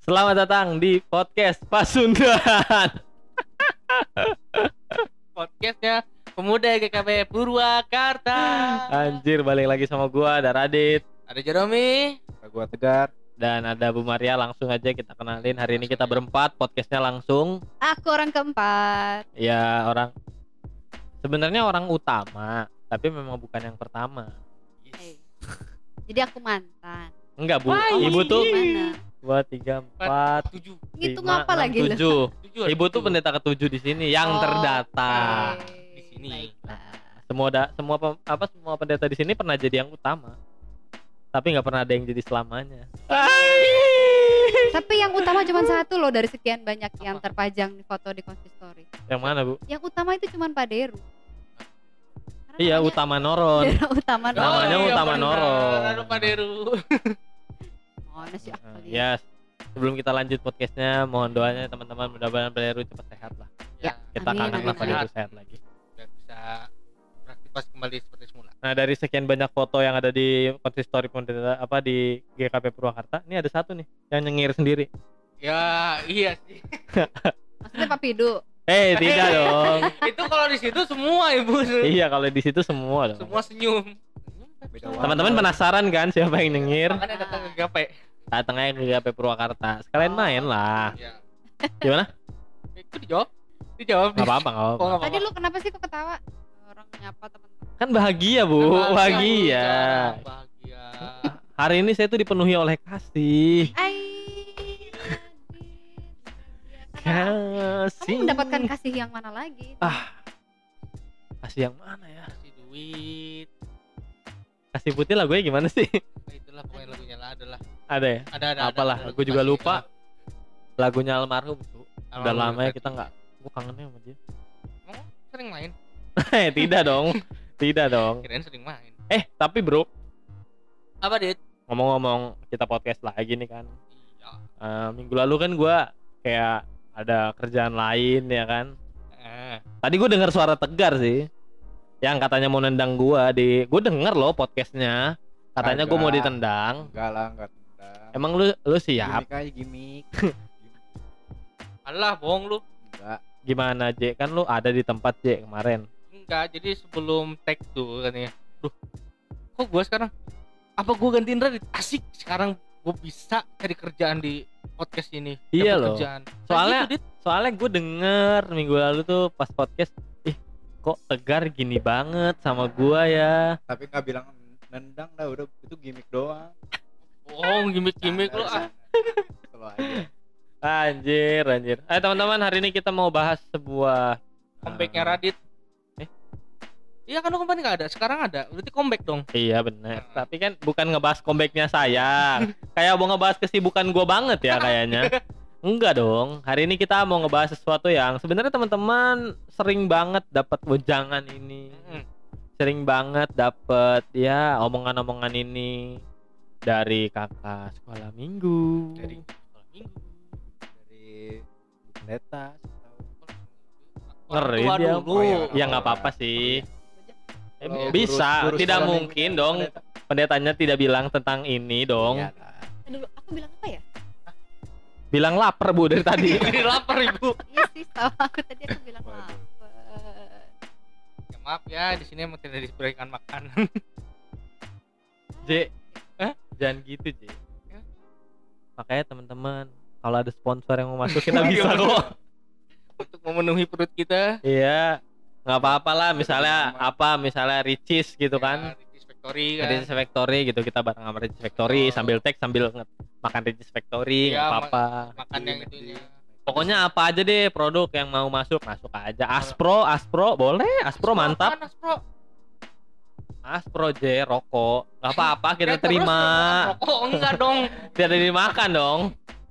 Selamat datang di podcast Pasundan. Podcastnya Pemuda GKP Purwakarta. Anjir, balik lagi sama gua, ada Radit, Ada Jeromi, ada gua Tegar, dan ada Bu Maria. Langsung aja kita kenalin. Hari ini kita berempat, podcastnya langsung. Aku orang keempat. Ya, sebenarnya orang utama, tapi memang bukan yang pertama. Jadi aku mantan. Enggak, Bu. Wah, Ibu tuh Gimana? 2, 3, 4, 7. Ngitung 5, apa 6, lagi lu? 7. Ibu tuh pendeta ke-7 di sini yang Oh, terdata. oke. Di sini. Baiklah. Semua pendeta di sini pernah jadi yang utama. Tapi nggak pernah ada yang jadi selamanya. Tapi yang utama cuma satu loh dari sekian banyak yang terpajang di foto di Konsistory. Yang mana, Bu? Yang utama itu cuma Pak Deru. Karena Iya, namanya Utama Noron. Utama Namanya Noron. Utama Noron. Lalu Pak Deru. Mana sih kali? Ya, sebelum kita lanjut podcastnya, mohon doanya teman-teman, mudah-mudahan Pak Deru cepat sehat lah. Ya, Kita amin, kangen lah amin, Pak Deru amin. sehat lagi. Biar bisa beraktivitas kembali seperti semula. Nah, dari sekian banyak foto yang ada di Konsistory pendeta di GKP Purwakarta, ini ada satu nih yang nyengir sendiri. Ya, iya sih. Maksudnya Pak Pidu. Tidak dong. Itu kalau di situ semua Ibu. Iya, kalau di situ semua dong. Semua senyum. Beda Teman-teman penasaran kan siapa yang nyengir? Makanya datang ke GKP. Datang aja ke GKP Purwakarta. Sekalian main lah. Ya. Gimana? Itu dijawab. Gak apa-apa, gak Oh, apa-apa. nggak Tadi apa-apa. lu kenapa sih kok ketawa? Orang nyapa teman-teman. Kan bahagia, Bu. Bahagia. Bahagia. Hari ini saya tuh dipenuhi oleh kasih. Kamu Kasih. mendapatkan kasih yang mana lagi? Kasih yang mana ya? Kasih duit. Kasih putih lah gue gimana sih? Nah, itulah pokoknya lagunya lah adalah. Ada ya? Ada. Apalah, ada lagu gue juga kasih. lupa. Lagunya almarhum tuh. Udah Almarhum lama ya Kasih. kita nggak. Gue kangennya sama dia. Emang sering main? Tidak dong. Tidak dong. Kirain sering main. Tapi bro, Apa, Dit? ngomong-ngomong kita podcast lagi nih kan. Iya. Minggu lalu kan gue kayak ada kerjaan lain ya kan. Tadi gue dengar suara Tegar sih, yang katanya mau nendang gue denger loh podcastnya. Katanya gue mau Kagak. ditendang. enggak lah, enggak tendang. Emang lu siap? Gimik aja gimik. Alah, bohong lu. Enggak. Gimana J? Kan lu ada di tempat J kemarin. Enggak, jadi sebelum tag tuh katanya. Duh, kok gua sekarang apa gua gantiin Radit? Asik, sekarang gua bisa cari kerjaan di podcast ini. Iya Dapet loh. Kerjaan. Soalnya- gitu, Dit. Soalnya gue denger minggu lalu tuh pas podcast, kok Tegar gini banget sama gue ya. Tapi enggak bilang nendang dah, udah itu gimik doang. Bohong, gimmick-gimmick lu ah. Selalu aja. Anjir. Ayo teman-teman, hari ini kita mau bahas sebuah Comebacknya Radit. Iya kan kemarin nggak ada, sekarang ada. Berarti comeback dong. Iya bener. Tapi kan bukan ngebahas comebacknya saya. Kayak mau ngebahas kesibukan gue banget ya kayaknya. Enggak dong. Hari ini kita mau ngebahas sesuatu yang sebenarnya teman-teman sering banget dapat wejangan ini. Sering banget dapat ya omongan-omongan ini dari kakak sekolah minggu. Dari sekolah minggu. Dari pendeta Ngeri Orang tua dia. dulu. Oh, iya. Ya nggak apa-apa sih. Kalau Bisa, guru tidak sekolah mungkin minggu dong. pendeta. Pendetanya tidak bilang tentang ini dong. Iya lah. Dulu aku bilang apa ya? Bilang lapar Bu dari tadi. Jadi lapar Ibu. Iya sih, tahu aku tadi aku bilang Waduh. lapar. Ya, maaf ya, di sini emang tidak diberikan makanan. J, jangan gitu J. Ya. Makanya teman-teman, kalau ada sponsor yang mau masuk kita bisa kok. Untuk memenuhi perut kita. Iya, nggak apa-apa lah. Misalnya Ricis gitu kan. Ricis Factory kan. Ricis Factory gitu, kita bareng sama Ricis Factory sambil tag sambil makan Ricis Factory, nggak Iya, apa-apa. Makan yang itunya. Pokoknya apa aja deh produk yang mau masuk aja. Aspro boleh. Aspro mantap. Apaan, Aspro? Aspro J rokok, nggak apa-apa kita Ya, terus terima. Rokok enggak dong. Tidak dimakan dong.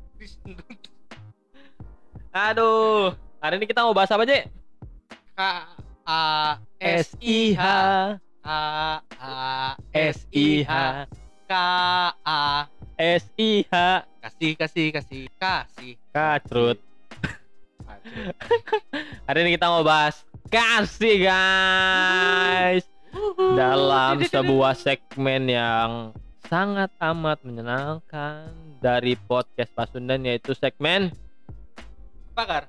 Aduh, hari ini kita mau bahas apa J? K A S I H K A S I H K A SIH kasih kacrut. Hari ini kita mau bahas kasih guys. Dalam sebuah segmen yang sangat amat menyenangkan dari podcast Pasundan, yaitu segmen Apa Gar?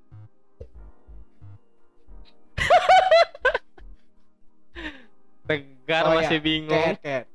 Tegar Oh, masih iya. bingung. Cat.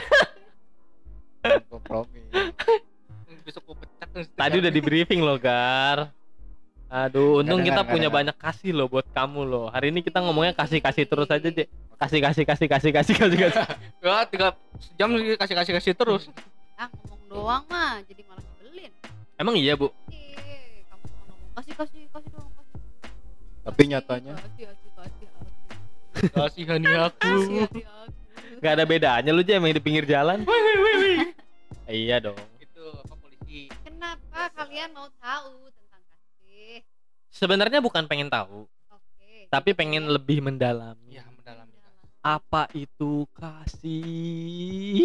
Kompromi. Besok gue pecat tuh. Tadi udah di briefing loh, Gar. Aduh, untung Nggak kita dengar, punya nggak banyak kasih loh buat kamu loh. Hari ini kita ngomongnya kasih terus aja, Dek. Kasih. Ya, 3 jam kasih terus. Ah, ngomong doang mah jadi malah nyebelin. Emang iya, Bu? Kamu ngomong kasih dong, kasih. Tapi nyatanya Kasih. Kasihani aku. Kasih. Gak ada bedanya lu aja emang di pinggir jalan. Iya dong. Itu apa polisi? Kenapa kalian mau tahu tentang kasih? Sebenarnya bukan pengen tahu, Oke. tapi pengen lebih mendalami. Ya, mendalami. Apa itu kasih?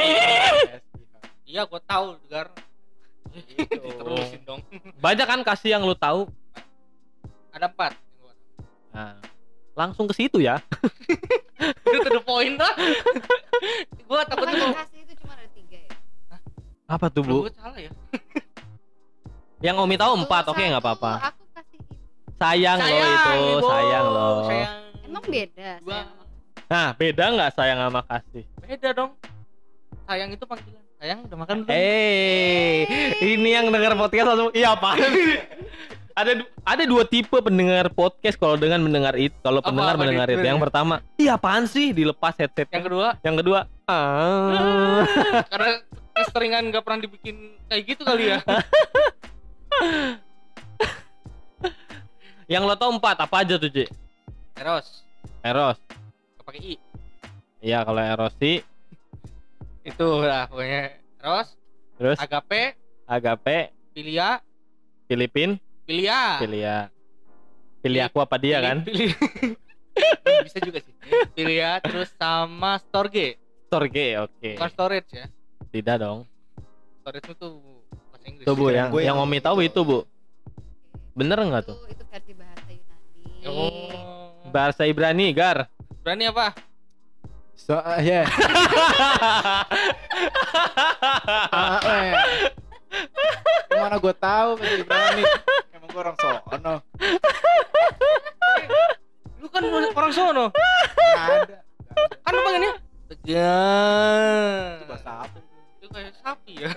Iya, gue tahu, Gar. Diterusin dong. Banyak kan kasih yang lu tahu. Ada 4. Nah, langsung ke situ ya. Udah to the point lah. Gue takut Bukan tuh. kasih itu cuma ada 3 ya. Apa tuh, Bu? Gue salah ya. Yang Omi tahu 4, Satu, oke nggak apa-apa. Aku kasih itu. Sayang loh itu, Ibu. sayang loh. Sayang. Emang beda Dua. sayang sama Nah, beda nggak sayang sama kasih? Beda dong. Sayang itu panggilan. Sayang udah makan belum? Ini yang dengar podcast langsung iya apaan sih? Ada 2 tipe pendengar podcast kalau dengan mendengar itu. Kalau Apa, pendengar apa mendengar nih? itu. Yang pertama, iya apaan sih, dilepas headset. Yang kedua, Yang kedua, karena keseringan gak pernah dibikin kayak gitu kali ya. Yang lo tau 4 apa aja tuh, Ci? Eros, Eros. pakai I. Iya, kalau Eros sih. Itu lah pokoknya. Eros, Terus Agape, Agape, Pilia, Pilia. Pilih aku apa dia kan? Pilih. Bisa juga sih. Pilia, terus sama Storge. Storge, oke. Bukan storage ya. Tidak dong. Storage itu bahasa Inggris. Tuh, Bu, yang Gue yang Omi tahu itu, Bu. Bener nggak tuh? Itu versi bahasa Yunani. Oh. Bahasa Ibrani, Gar. Berani apa? ya. Gimana gue tahu masih berani. Emang gue orang sono. Lu kan orang sono. Nggak ada. Kan lu panggilnya Tegar. Itu bahasa apa? Itu kayak sapi ya.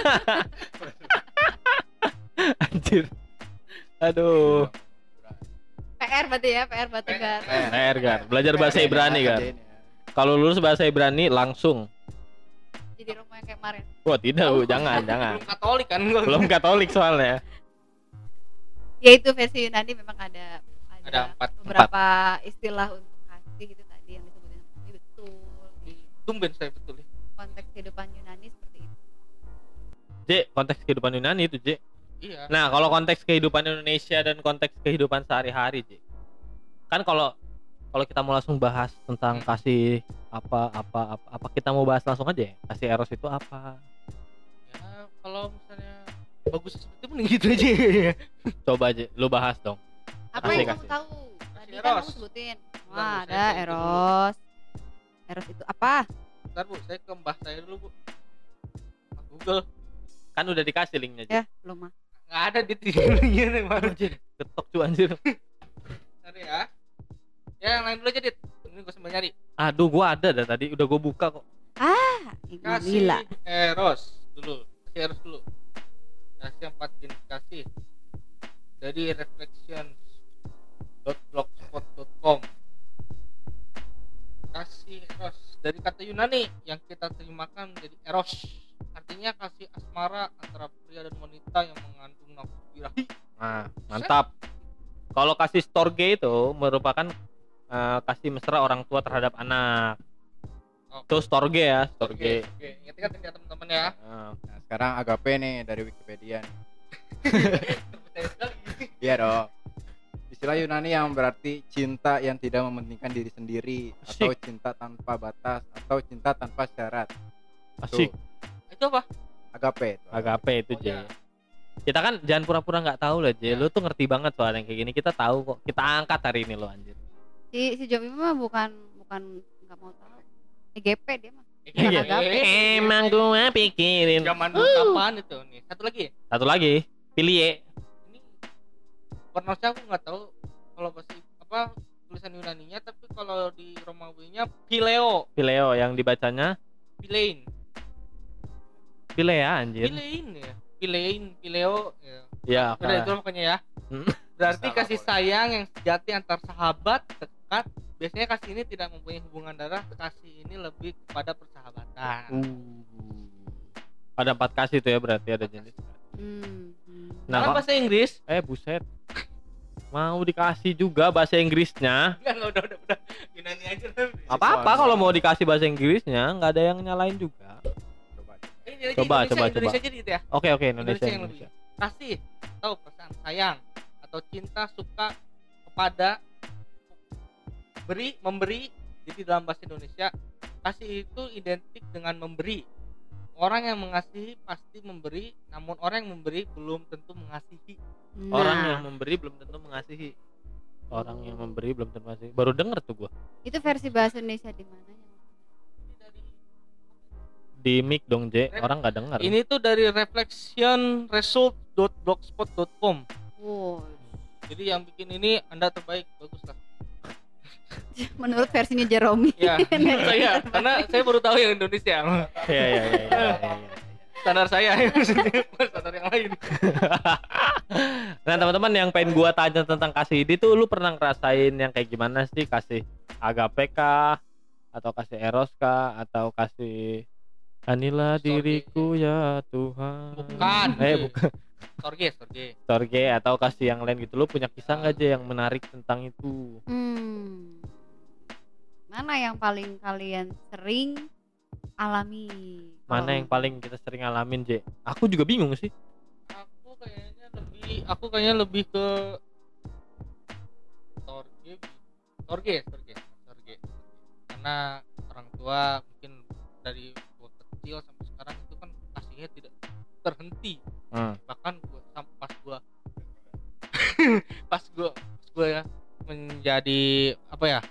Anjir. Aduh. PR berarti ya, PR buat Tegar. PR, Gar. Belajar bahasa Ibrani, Gar. Kalau lulus bahasa Ibrani langsung. Jadi rumah yang kayak kemarin. Wah, tidak, Bu. Jangan. Belum Katolik kan gua. Belum Katolik soalnya. Ya itu versi Yunani memang ada Ada 4. beberapa istilah untuk kasih gitu tadi yang disebutin ini betul. Tumben saya betul ya. Konteks kehidupan Yunani seperti itu. J, konteks kehidupan Yunani itu, J. Iya. Nah, kalau konteks kehidupan Indonesia dan konteks kehidupan sehari-hari, J. Kan kalau kita mau langsung bahas tentang kasih apa kita mau bahas langsung aja ya? Kasih Eros itu apa? Ya kalau misalnya bagus seperti itu mending gitu aja ya. Coba aja lu bahas dong. Apa Kasih, yang kamu kasih. tahu? Tadi kan Eros. kamu sebutin. Bentar, Bu, Wah, saya ada cek dulu. Eros. Eros itu apa? Bentar Bu, saya ke mbah saya dulu Bu. Mas Google. Kan udah dikasih linknya, J. Ya, belum mah. Nggak ada di tingginya nih Mas. Anjir, ketok cu anjir. Bentar ya. Ya yang lain dulu aja Dit. Ini gue sambil nyari. Aduh, gua ada dah tadi, udah gua buka kok. Ini Kasih gila. Eros dulu. Kasih Eros dulu. Kasih 4 jenis kasih. Dari reflections.blogspot.com. Kasih Eros dari kata Yunani yang kita terjemahkan menjadi Eros. Artinya kasih asmara antara pria dan wanita yang mengandung nafsu birahi. Nah, mantap. Kalau kasih storge itu merupakan kasih mesra orang tua terhadap anak. Oke. Itu storge ya, storge. Oke, ingat-ingat ya teman-teman ya. Nah, Nah, sekarang Agape nih dari Wikipedia nih. Percaya sekali. Iya dong. Istilah Yunani yang berarti cinta yang tidak mementingkan diri sendiri, atau Asik. cinta tanpa batas, atau cinta tanpa syarat. asik. Itu apa? Agape itu. Agape itu, Oh, J. ya. Kita kan jangan pura-pura nggak tahu lah, J. Ya. Lu tuh ngerti banget soal yang kayak gini. Kita tahu kok. Kita angkat hari ini lo anjir. Si Jomi mah bukan nggak mau tahu. GP dia mah. Emang gua pikirin. Zaman dulu kapan itu nih? Satu lagi, Pilie. Ini warnanya aku nggak tahu kalau bahasa apa tulisan Yunaninya, tapi kalau di Romawinya Pileo, yang dibacanya Pilein, Pilea anjir. Pileo ya. Ya, Udah itu makanya ya. Hmm. Berarti Salah, kasih boleh. sayang yang sejati antar sahabat dekat. Biasanya kasih ini tidak mempunyai hubungan darah, kasih ini lebih kepada persahabatan. Ada 4 kasih tuh ya berarti ada jenis. Nah, Nah, bahasa Inggris? buset. Mau dikasih juga bahasa Inggrisnya. Enggak, udah. Yunani aja. Apa-apa kalau mau dikasih bahasa Inggrisnya, nggak ada yang nyalain juga. Coba. Indonesia aja gitu ya. Oke, Indonesia. yang lebih. Kasih atau perasaan sayang atau cinta suka kepada memberi. Jadi dalam bahasa Indonesia kasih itu identik dengan memberi. Orang yang mengasihi pasti memberi, namun orang yang memberi belum tentu mengasihi. Orang yang memberi belum tentu mengasihi. Baru denger tuh gua. Itu versi bahasa Indonesia di mana? Ini dari Di mic dong, J. Orang nggak denger. ini tuh dari reflectionresult.blogspot.com. Wow. Jadi yang bikin ini Anda terbaik, bagus lah. Menurut versinya Jeromi. Ya, saya karena saya baru tahu yang Indonesia. Iya. Standar saya bukan standar yang lain. Nah, teman-teman yang pengen gua tanya tentang kasih ini tuh, lu pernah ngerasain yang kayak gimana sih? Kasih agape kah? Atau kasih eros kah? Atau kasih anilah Storge. diriku ya Tuhan? Bukan. Bukan. Storge. Atau kasih yang lain gitu. Lu punya kisah nggak aja yang menarik tentang itu? Mana yang paling kalian sering alami? Mana yang paling kita sering alamin, J? Aku juga bingung sih. Aku kayaknya lebih ke Storge. Karena orang tua mungkin dari gua kecil sampai sekarang itu kan kasihnya tidak terhenti. Bahkan pas gua ya menjadi apa ya,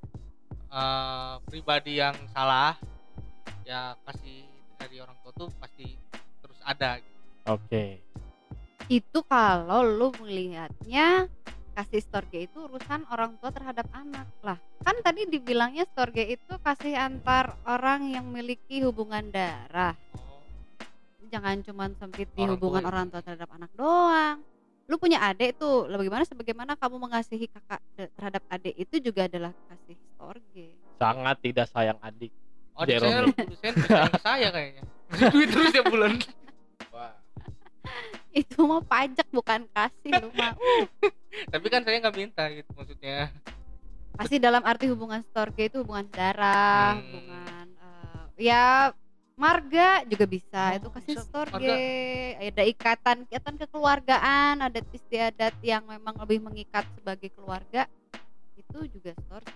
pribadi yang salah, ya kasih dari orang tua tuh pasti terus ada gitu. Oke. Itu kalau lu melihatnya kasih storge itu urusan orang tua terhadap anak lah. Kan tadi dibilangnya storge itu kasih antar orang yang memiliki hubungan darah. Jangan cuma sempit di hubungan orang tua terhadap anak doang. Lu punya adik tuh, sebagaimana kamu mengasihi kakak terhadap adik itu juga adalah kasih storge. Sangat tidak sayang adik. Oh, saya sayang ke saya kayaknya. Duit terus tiap bulan. Wah. Itu mah pajak bukan kasih lu mah. Tapi kan saya nggak minta gitu maksudnya. Kasih dalam arti hubungan storge itu hubungan darah, hubungan ya marga juga bisa. Itu kasih bisa. storge. Ada ikatan kekeluargaan, adat istiadat yang memang lebih mengikat sebagai keluarga. Itu juga storge.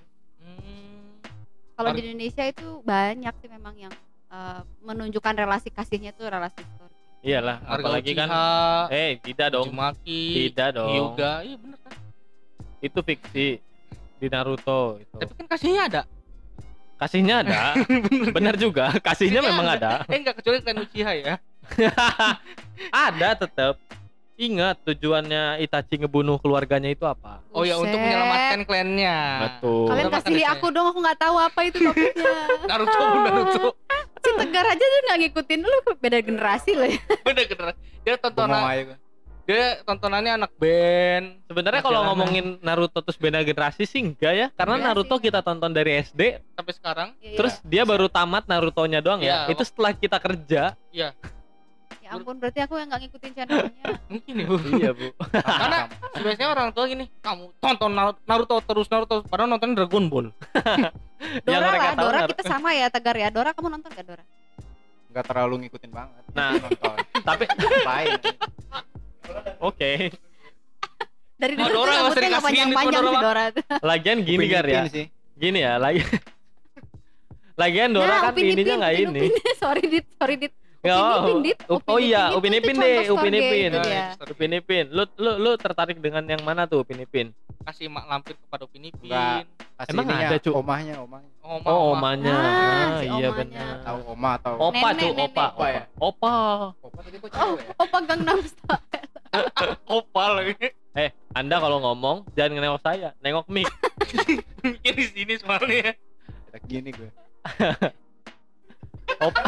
Kalau di Indonesia itu banyak sih memang yang menunjukkan relasi kasihnya tuh relasi storge. Iyalah, apalagi kan tidak dong. Uzumaki, Tidak dong. Hyuga, iya bener kan. Itu fiksi di Naruto itu. Tapi kan kasihnya ada. Kasihnya ada. Bener juga, kasihnya memang ada. Enggak, kecuali Clan Uchiha ya. Ada tetap. Ingat tujuannya Itachi ngebunuh keluarganya itu apa? Oh ya, untuk menyelamatkan klannya. Betul. Kalian Udah kasih makan aku dong, aku nggak tahu apa itu topiknya. Naruto. Si Tegar aja tuh nggak ngikutin lu, beda generasi loh ya. Bener bener. Dia Ngomong aja gua. dia tontonannya anak band. Sebenarnya kalau ngomongin Naruto terus beda generasi sih enggak ya, karena Enggak Naruto sih. kita tonton dari SD, Sampai sekarang. terus dia baru tamat Narutonya doang ya. Iya. Itu setelah kita kerja. Iya. Ya ampun, berarti aku yang nggak ngikutin channelnya. Mungkin ya, Bu. Iya, Bu. Karena biasanya orang tua gini, kamu tonton Naruto padahal nonton Dragon Ball. Yang Dora mereka lah, tahu Dora Naruto. kita sama ya Tegar ya. Dora kamu nonton gak Dora? Nggak terlalu ngikutin banget. Nah. Nonton. Tapi Lain. oke. Dari Oh, dulu tuh Dora nggak usah rambutnya nggak dikasihin panjang-panjang itu, sih Dora tuh. Lagian gini Gar ya. Upin sih. Gini ya, Lagian Dora kan Upin ininya Ipin, nggak Upin ini. Upin. Sorry dit. Ya, Upin Ipin, Dip. oh iya, Upin itu Ipin contoh deh, Upin storge Ipin. itu dia. Upin Ipin. Lu tertarik dengan yang mana tuh Upin Ipin? Kasih mak lampir kepada Upin Ipin. Enggak. Kasih Emang ininya, ada, Cuk? omahnya. Oh, omanya. Ah, si Iya omanya. benar. Tahu oma atau Opa Nenek, tuh, nenek. opa. Opa ya? Opa. opa tadi kok Oh, cewek ya? Opa Gangnam Style. Opal lagi. Anda kalau ngomong jangan nengok saya, nengok mic. Mikir di sini soalnya. Kayak gini gue. Opa.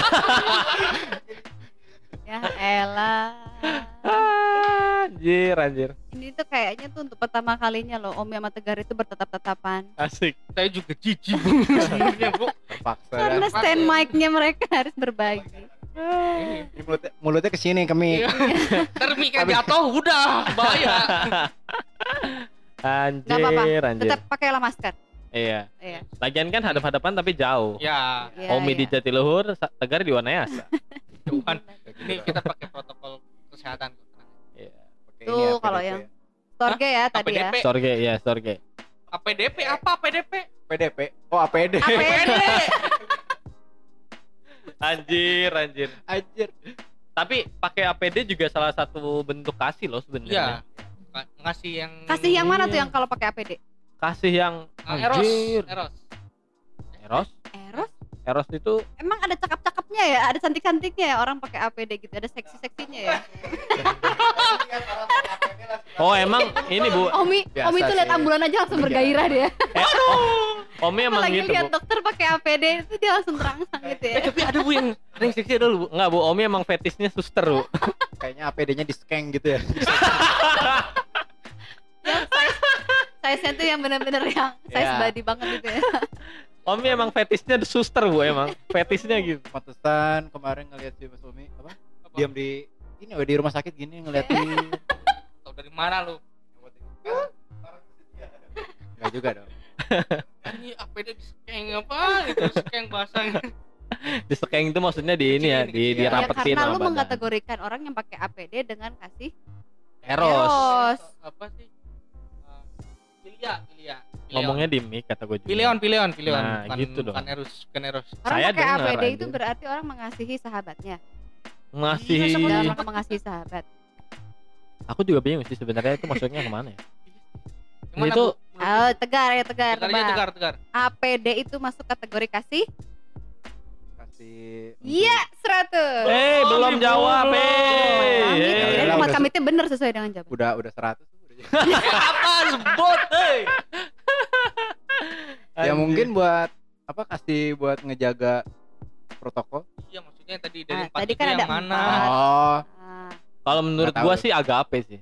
Ya elah. Anjir. Ini tuh kayaknya tuh untuk pertama kalinya loh Omi sama Tegar itu bertatap-tatapan. Asik. Saya juga jijik sebenarnya, Bu. Terpaksa Karena dah. stand mic-nya mereka harus berbagi. Ini mulutnya kesini kami. Iya. Ntar mic-nya jatuh udah bahaya. Nggak apa-apa, Anjir. tetap pakailah masker. Iya. Iya. Lagian kan hadap-hadapan tapi jauh. Ya, Iya, Omi di iya. Jatiluhur, Tegar di Wanayasa. jauhan. Ini kita pakai protokol kesehatan kok. Iya. Pakai Tuh, ini ya, kalau PDP yang- ya. Storge ya tadi ya. APDP. Sorge, ya Sorge. APDP apa APDP? PDP. Oh, APD. APD. Anjir. Anjir. Tapi pakai APD juga salah satu bentuk kasih loh Iya. sebenarnya. Ngasih yang Kasih yang mana tuh yang kalau pakai APD? Kasih yang Eros. anjir. Eros. Eros? Eros itu Emang ada cakep-cakepnya ya? Ada cantik-cantiknya ya orang pakai APD gitu? Ada seksi-seksinya ya? oh emang ini Bu. Omi Biasa tuh lihat sih. ambulan aja langsung bergairah dia. Omi emang Lagi gitu lihat Bu. dokter pakai APD itu dia langsung terangsang gitu ya. Tapi ada Bu yang seksi ada dulu, Bu. Enggak Bu, Omi emang fetisnya suster Bu. Kayaknya APD-nya di-scan gitu ya. Yang size-nya tuh yang bener-bener yang size Iya. body banget gitu ya. Omi emang fetisnya suster Bu emang. Fetisnya gitu. Pantesan kemarin ngeliat si Mas Umi apa? Diam di ini di rumah sakit gini ngeliatin. Tahu dari mana lu? Enggak juga dong. Ini APD di scan apa gitu, scan bahasanya. Di sekeng itu maksudnya di ini ya, Kecilin, Ya dirapetin karena sama lu badan. mengkategorikan orang yang pakai APD dengan kasih Eros. Apa sih? Pilia. Ngomongnya di mic kata gue juga. Pilion. Nah, Bukan- gitu dong. Bukan Eros. orang Saya pakai dengar, APD itu anjing. berarti orang mengasihi sahabatnya. Masih Iya, sama Dalam rangka mengasihi sahabat. aku juga bingung sih sebenarnya itu maksudnya kemana ya? Gimana, Itu Bu? Oh, Tegar ya Tegar. Tegar aja, tebak. tegar. APD itu masuk kategori kasih? Kasih Iya, 100. belum jawab. Kami Ya kirain udah, umat udah. kami itu benar sesuai dengan jawaban. udah 100 udah. Apa sebut, Ya mungkin buat apa kasih buat ngejaga protokol. Iya, maksudnya tadi dari Ah, 4 tadi itu kan yang ada mana? 4. Oh, Ah, Kalau menurut Nggak gua tahu. sih agape sih.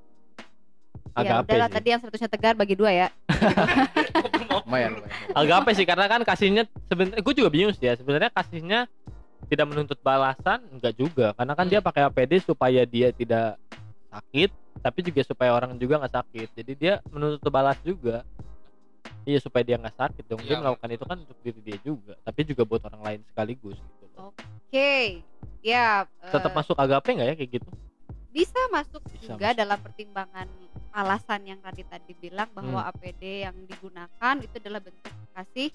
ya Agape udahlah sih. tadi yang 100-nya Tegar bagi 2 ya. lumayan. Agape sih karena kan kasihnya sebenarnya gue juga bingung sih ya. Sebenarnya kasihnya tidak menuntut balasan enggak juga karena kan dia pakai APD supaya dia tidak sakit tapi juga supaya orang juga nggak sakit. Jadi dia menuntut balas juga. Iya supaya dia nggak sakit dong. Dia Iya, melakukan betul. itu kan untuk diri dia juga, tapi juga buat orang lain sekaligus gitu. Oke. Ya, Tetap masuk agape nggak ya kayak gitu? bisa masuk Bisa juga masuk. dalam pertimbangan alasan yang tadi bilang bahwa APD yang digunakan itu adalah bentuk kasih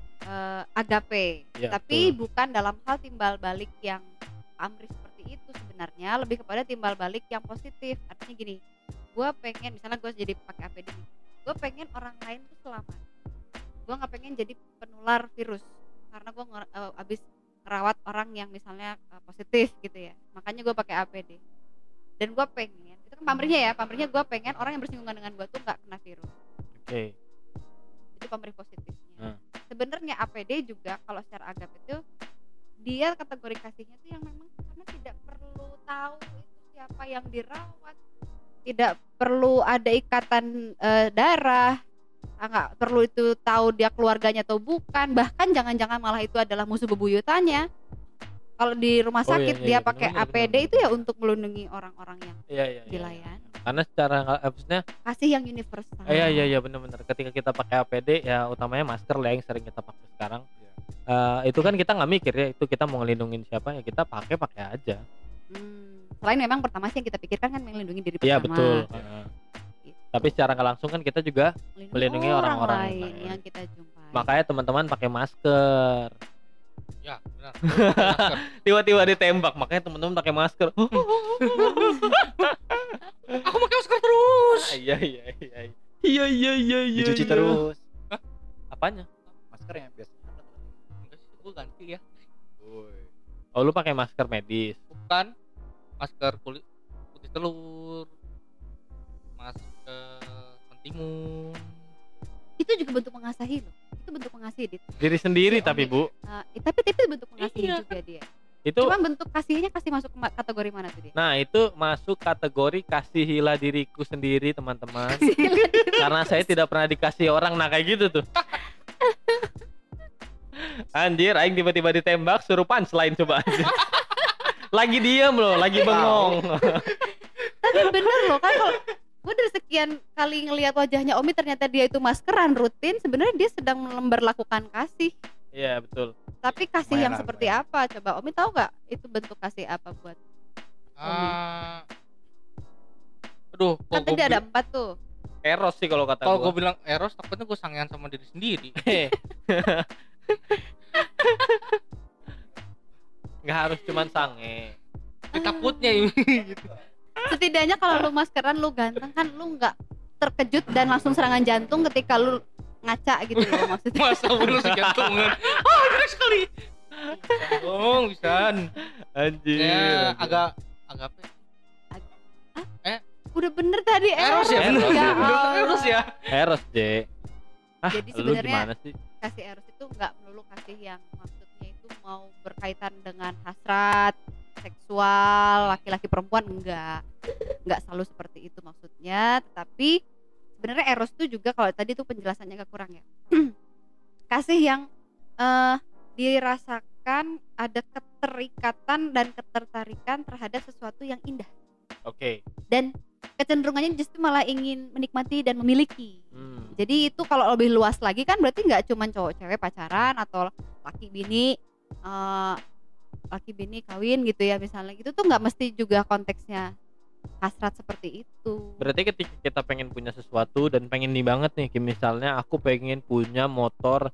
agape. Ya, Tapi betul. bukan dalam hal timbal balik yang amri seperti itu sebenarnya, lebih kepada timbal balik yang positif. Artinya gini, gue pengen misalnya gue jadi pakai APD nih, gue pengen orang lain tuh selamat. Gue nggak pengen jadi penular virus karena gue abis ngerawat orang yang misalnya positif gitu ya. Makanya gue pakai APD. Dan gue pengen, itu kan pamrihnya gue pengen orang yang bersinggungan dengan gue tuh nggak kena virus. Oke. Itu pamrih positifnya. Hmm. Sebenarnya APD juga kalau secara agap itu dia kategori kasihnya tuh yang memang karena tidak perlu tahu itu siapa yang dirawat, tidak perlu ada ikatan darah, nggak perlu itu tahu dia keluarganya atau bukan, bahkan jangan-jangan malah itu adalah musuh bebuyutannya. Kalau di rumah Oh, iya, sakit iya, dia iya, pakai benar, APD benar, itu ya untuk melindungi orang-orang yang Iya. dilayani. Karena secara maksudnya Kasih yang universal. iya benar-benar ketika kita pakai APD ya utamanya masker lah yang sering kita pakai sekarang. Itu kan kita nggak mikir ya itu kita mau ngelindungin siapa ya kita pakai aja. Selain memang pertama sih yang kita pikirkan kan melindungi diri Iya pertama. betul. Gitu. Tapi secara nggak langsung kan kita juga melindungi orang-orang lain yang lain. yang kita jumpai. makanya teman-teman pakai masker. Ya, benar. Masker. Tiba-tiba ditembak, makanya teman-teman pakai masker. Aku pakai masker terus. Iya. Iya. Dicuci terus. Apanya? Maskernya biasa. Enggak sih, gua ganti ya. Woi. Oh, lu pakai masker medis. Bukan masker kulit putih telur, masker mentimun. Itu juga bentuk mengasihi loh. Itu bentuk mengasihi Dit. Diri sendiri Si tapi, Omi. Bu. Tapi itu bentuk mengasihi Iya. juga dia. Itu Cuma bentuk kasihnya kasih masuk ke kategori mana tuh dia? Nah, itu masuk kategori kasihilah diriku sendiri, teman-teman. Karena saya tidak pernah dikasih orang, nah kayak gitu tuh. Anjir, aing tiba-tiba ditembak, suruh punchline coba aja. Lagi diem loh, lagi bengong. Tapi bener loh kan kalau gue dari sekian kali ngelihat wajahnya Omi ternyata dia itu maskeran rutin, sebenarnya dia sedang memperlakukan kasih. Iya, betul. Tapi kasih Lumayan yang lah, seperti lumayan. apa? Coba Omi tahu nggak itu bentuk kasih apa buat? Aduh, Kan tadi ada 4 tuh. Eros sih kalau kata kalau gue gua. bilang eros takutnya gue sangean sama diri sendiri. Nggak harus cuman sange. Takutnya ini. Setidaknya kalau lu maskeran lu ganteng kan lu nggak terkejut dan langsung serangan jantung ketika lu ngaca gitu loh maksudnya. Masa bener sejantungan. Ah, jelek sekali. Dong, bisa. Anjir. Ya, anjir. agak apa? Udah bener tadi Eros ya, bener. Ya Bener, Allah. Eros ya. Eros, J. Jadi Lu sebenarnya gimana sih? kasih eros itu nggak melulu kasih yang maksudnya itu mau berkaitan dengan hasrat seksual laki-laki perempuan, nggak selalu seperti itu maksudnya, tetapi sebenarnya eros itu juga kalau tadi tuh penjelasannya agak kurang ya. Kasih yang dirasakan ada keterikatan dan ketertarikan terhadap sesuatu yang indah Oke. dan kecenderungannya justru malah ingin menikmati dan memiliki. Jadi itu kalau lebih luas lagi kan berarti nggak cuma cowok cewek pacaran atau laki bini kawin gitu ya misalnya, gitu tuh nggak mesti juga konteksnya hasrat seperti itu. Berarti ketika kita pengen punya sesuatu dan pengen nih banget nih, kayak misalnya aku pengen punya motor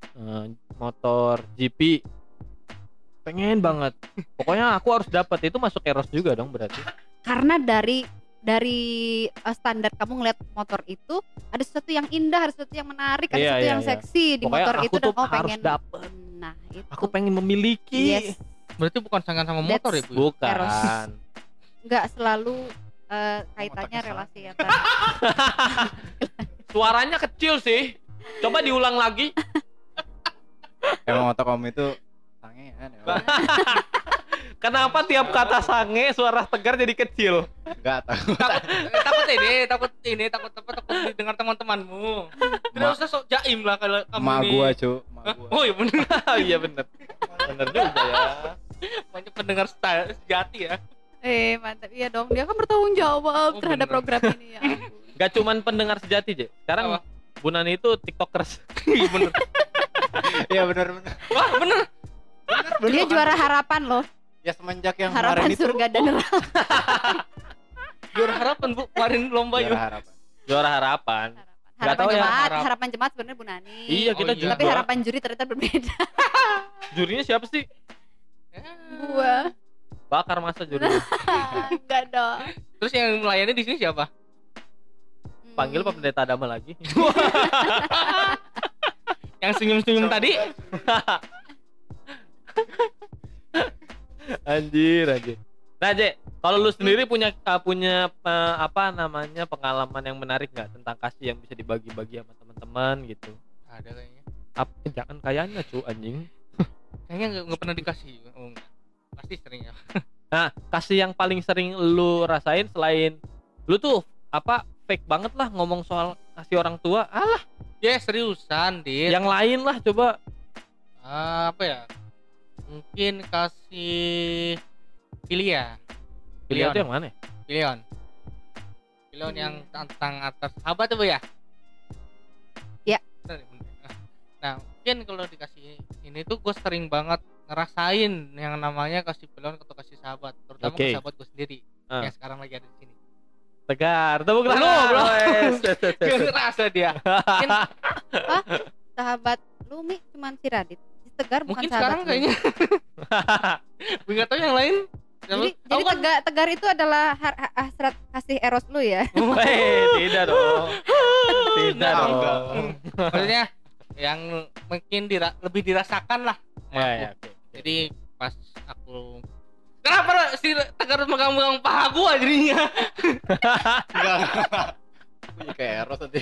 GP, pengen banget. Pokoknya aku harus dapat, itu masuk eros juga dong berarti. Karena dari standar kamu ngeliat motor itu ada sesuatu yang indah, ada sesuatu yang menarik, ada Iya, sesuatu iya, yang iya. seksi di Pokoknya motor aku itu dan tuh kamu harus pengen dapet. Nah itu Aku pengen memiliki. Yes. Berarti bukan sangean sama motor ya, Bu? Bukan. nggak selalu kaitannya Otaknya relasi salah. antara Suaranya kecil sih. Coba diulang lagi. Emang otak kamu itu sangean ya. Kenapa tiap kata sange suara Tegar jadi kecil? Enggak tahu. takut didengar teman-temanmu. Tidak usah sok jaim lah kalau kamu Emak ini. gua, Cuk. Emak Hah? gua. Oh iya bener. Iya bener. Bener juga ya. Banyak pendengar sejati ya. mantap iya dong, dia kan bertanggung jawab Oh, terhadap bener. program ini ya ampun. Gak cuman pendengar sejati, Je. Sekarang Apa? Bu Nani itu tiktokers. Iya bener. Iya benar. Wah bener. Dia juara harapan loh, Ya semenjak yang harapan kemarin itu surga dan neraka. Juara harapan, Bu. Kemarin lomba yuk. juara harapan. Juara harapan. Harapan tahu ya, jemaat, harap- harapan jemaat sebenarnya Bu Nani. Iya, kita iya. juga. Tapi harapan juri ternyata berbeda. Jurinya siapa sih? Gua Bakar masa jurinya. enggak dong. Terus yang melayani di sini siapa? Panggil Pak Pendeta Adama lagi. Yang senyum-senyum tadi? Anjir. Nah, Je, kalau lu sendiri punya apa namanya pengalaman yang menarik nggak tentang kasih yang bisa dibagi-bagi sama teman-teman gitu? Ada kayaknya. Jangan kayaknya, cu, anjing. Kayaknya nggak pernah dikasih. Oh, enggak. Pasti sering ya. Nah, kasih yang paling sering lu rasain selain lu tuh apa fake banget lah ngomong soal kasih orang tua. Alah, Ya seriusan, Dit. yang lain lah coba. Apa ya? Mungkin kasih Pilia. Pilihan itu yang mana? Ya? Pilihan yang tentang atas sahabat tuh, Bu ya? Ya. Bener. Nah, mungkin kalau dikasih ini tuh gue sering banget ngerasain yang namanya kasih pilihan atau kasih sahabat, terutama Oke. ke sahabat gue sendiri yang sekarang lagi ada di sini. Tegar, tepuk Belum, tangan. belum. Wes. Gak ngerasa dia. Mungkin Sahabat lu Mi cuman si Radit. Tegar bukan Mungkin sahabat sekarang lu. kayaknya. Gue nggak tahu yang lain. Jadi Tegar itu adalah hasrat kasih Eros lu ya. Tidak dong. Tidak Enggak, dong. Maksudnya yang mungkin lebih dirasakan lah. sama aku. Ya, oke. Jadi pas aku kenapa si Tegar megang-megang paha gua jadinya? Enggak. Punya kayak Eros nanti.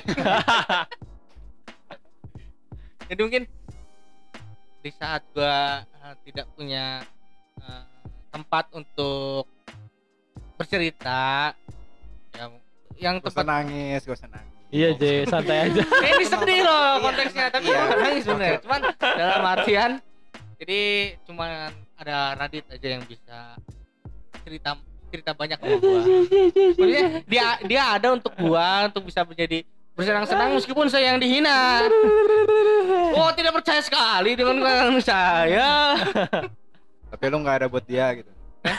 Jadi mungkin di saat gua tidak punya tempat untuk bercerita yang Gak usah tempat nangis, gak usah nangis. Iya, J, santai aja. ini sedih loh Iya. konteksnya, tapi Iya. bukan nangis sebenarnya. Cuman dalam artian jadi cuman ada Radit aja yang bisa cerita banyak sama gua. Maksudnya dia ada untuk gua untuk bisa menjadi bersenang-senang meskipun saya yang dihina. Oh, tidak percaya sekali dengan kata saya. Tapi lu gak ada buat dia gitu.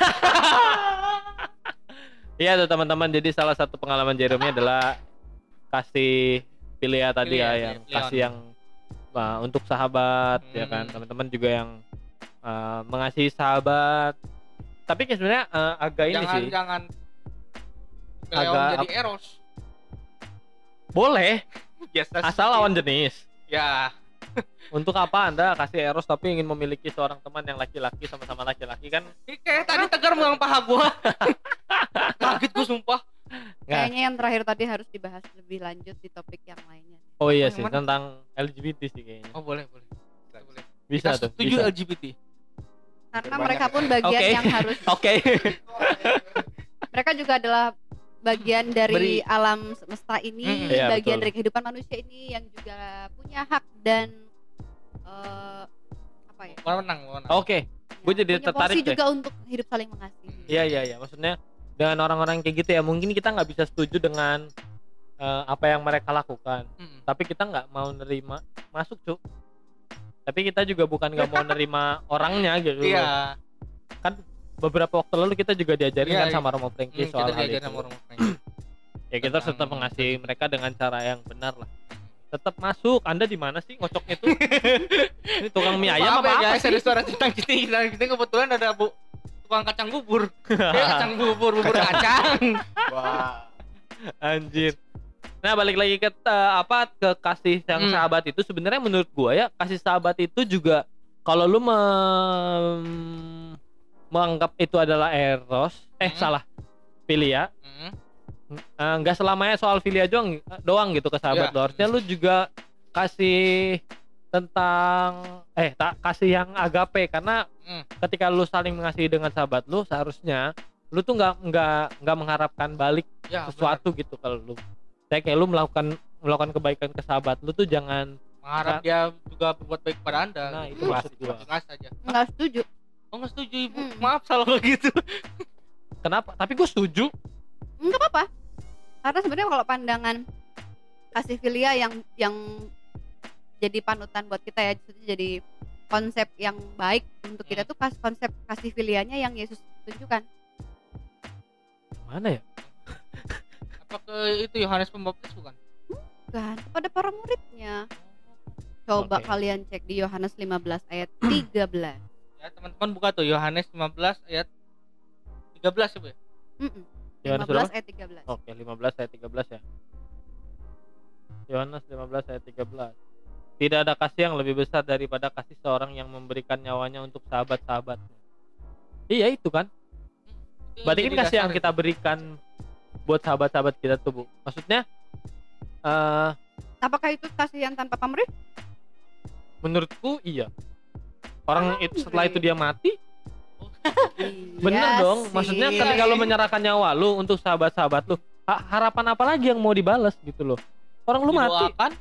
Iya tuh teman-teman, jadi salah satu pengalaman Jeremy adalah kasih Filia tadi Filia, ya, yang Leon. kasih yang untuk sahabat ya kan, Hmm. teman-teman juga yang mengasihi sahabat. Tapi kayak sebenarnya agak ini sih. Jangan Leon Agak jadi Eros. Boleh, Biasa asal lawan jenis. ya. Untuk apa Anda kasih Eros tapi ingin memiliki seorang teman yang laki-laki, sama-sama laki-laki kan? Ini kayak tadi Tegar megang paha gua. Kaget gua sumpah. Nggak. Kayaknya yang terakhir tadi harus dibahas lebih lanjut di topik yang lainnya. Oh iya Yang sih, mana? tentang LGBT sih kayaknya. Oh, boleh. Boleh. Bisa Kita tuh, setuju bisa. LGBT. Karena Banyak mereka ya. pun bagian Oke. yang harus Oke. mereka juga adalah bagian dari Beri- alam semesta ini, Iya, bagian betul. dari kehidupan manusia ini yang juga punya hak dan apa ya? Menang. Oke. Gue jadi punya tertarik porsi deh. juga untuk hidup saling mengasihi. Iya. Maksudnya dengan orang-orang kayak gitu ya, mungkin kita nggak bisa setuju dengan apa yang mereka lakukan. Tapi kita nggak mau nerima masuk, Cuk. Tapi kita juga bukan nggak mau nerima orangnya gitu. Iya. Kan beberapa waktu lalu kita juga diajarin Iya, kan sama Romo Frankie soal Kita hal diajarin itu. sama orang Ya kita harus tetap mengasihi mereka dengan cara yang benar lah. Tetap masuk. Anda di mana sih ngocoknya tuh? Ini tukang mie ayam apa guys, sih? ada suara tentang kita kebetulan ada tukang kacang bubur. Kacang bubur kacang. Wah. Anjir. Nah, balik lagi ke ke kasih yang sahabat itu, sebenarnya menurut gua ya, kasih sahabat itu juga kalau lu menganggap itu adalah Eros, salah. Filia. Nggak selamanya soal Filia doang gitu ke sahabat Ya. lo. Harusnya lu juga kasih tentang kasih yang agape, karena ketika lu saling mengasihi dengan sahabat lu, seharusnya lu tuh nggak mengharapkan balik Ya, sesuatu gitu. Kalau lu kayak lu melakukan kebaikan ke sahabat lu tuh jangan mengharap dia juga berbuat baik pada Anda. Nah, gitu. itu maksud gua. Ikhlas aja. Nggak setuju. Oh, nggak setuju Ibu. Hmm. Maaf salah kalau gitu. Kenapa? Tapi gue setuju. Nggak apa-apa. Karena sebenarnya kalau pandangan kasih filia yang jadi panutan buat kita ya, jadi konsep yang baik untuk kita tuh konsep kasih filianya yang Yesus tunjukkan. Mana ya? Apa ke itu Yohanes Pembaptis bukan? Kan kepada para muridnya. Coba Oke. kalian cek di Yohanes 15 ayat 13. Ya, teman-teman buka tuh Yohanes 15 ayat 13 ya, Bu. Mm-mm. Yohanes 15 berapa? ayat 13. Oke, 15 ayat 13 ya. Yohanes 15 ayat 13. Tidak ada kasih yang lebih besar daripada kasih seorang yang memberikan nyawanya untuk sahabat-sahabatnya. Iya itu kan. Itu Berarti kan jadi kasih yang dasar kita berikan buat sahabat-sahabat kita tuh, Bu. Maksudnya Apakah itu kasih yang tanpa pamrih? menurutku iya. Orang itu setelah itu dia mati, Iya bener dong. sih. Maksudnya ketika lu menyerahkan nyawa lu untuk sahabat-sahabat lu, harapan apa lagi yang mau dibalas gitu loh. Orang lu mati, didoakan.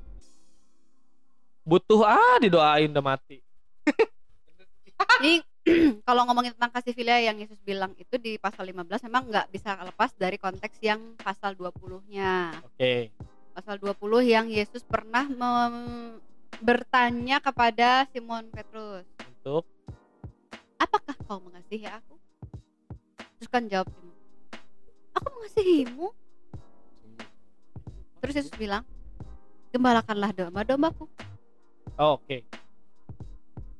butuh didoain udah mati. Jadi kalau ngomongin tentang kasih filia yang Yesus bilang itu di pasal 15 memang nggak bisa lepas dari konteks yang pasal 20-nya. Oke. Pasal 20 yang Yesus pernah bertanya kepada Simon Petrus, Untuk apakah kau mengasihi aku? Terus kan jawab Simon, aku mengasihimu. Terus Yesus bilang, gembalakanlah domba-dombaku. oke.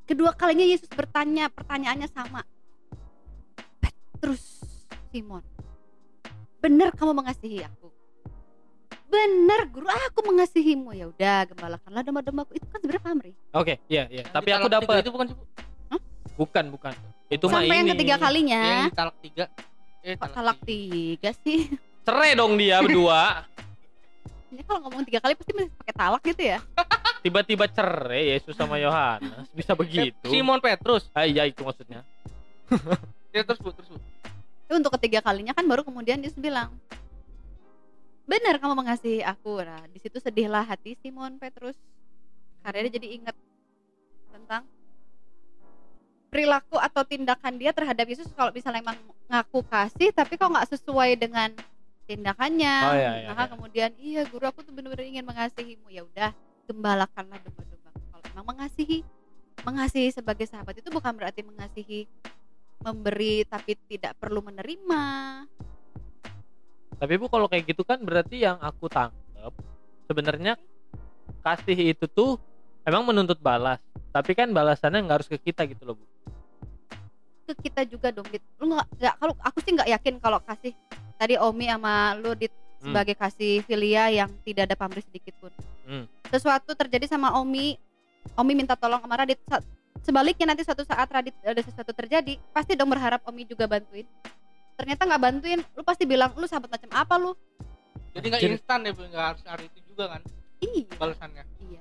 Kedua kalinya Yesus bertanya, pertanyaannya sama. Petrus, Simon, benar kamu mengasihi aku? Benar guru, aku mengasihimu. Ya udah, gembalakanlah domba-dombaku. Itu kan sebenarnya pamrih. Oke, iya. Yang Tapi di aku talak tiga dapat. itu bukan sih, Bu? Bukan. Itu mah Sampai yang ini. ketiga kalinya. Yang talak 3. Kok talak 3 sih? Cerai dong dia berdua. Ini kalau ngomong 3 kali pasti mesti pakai talak gitu ya. Tiba-tiba cerai Yesus sama Yohanes. Bisa begitu. Simon Petrus. Iya itu maksudnya. Ya terus Bu. Itu untuk ketiga kalinya kan baru kemudian Yesus bilang, benar kamu mengasihi aku. Nah, di situ sedihlah hati Simon Petrus. Karena dia jadi ingat tentang perilaku atau tindakan dia terhadap Yesus. Kalau misalnya emang ngaku kasih tapi kok nggak sesuai dengan tindakannya, Oh, iya, maka iya. kemudian iya guru aku tuh benar-benar ingin mengasihimu. Ya udah, gembalakanlah domba-domba. Kalau emang mengasihi sebagai sahabat itu bukan berarti mengasihi memberi tapi tidak perlu menerima. Tapi Bu kalau kayak gitu kan berarti yang aku tangkap sebenarnya kasih itu tuh emang menuntut balas. Tapi kan balasannya nggak harus ke kita gitu loh Bu. Ke kita juga dong, Dit. Lu nggak, kalau aku sih nggak yakin kalau kasih tadi Omi sama lu, Dit, sebagai kasih filia yang tidak ada pamrih sedikit pun. Sesuatu terjadi sama Omi minta tolong sama Radit. Sebaliknya nanti suatu saat Radit ada sesuatu terjadi, pasti dong berharap Omi juga bantuin. Ternyata nggak bantuin, lu pasti bilang lu sahabat macam apa lu? Jadi nggak Anjir. instan ya Bu, nggak harus hari itu juga kan Iya. balasannya. Iya.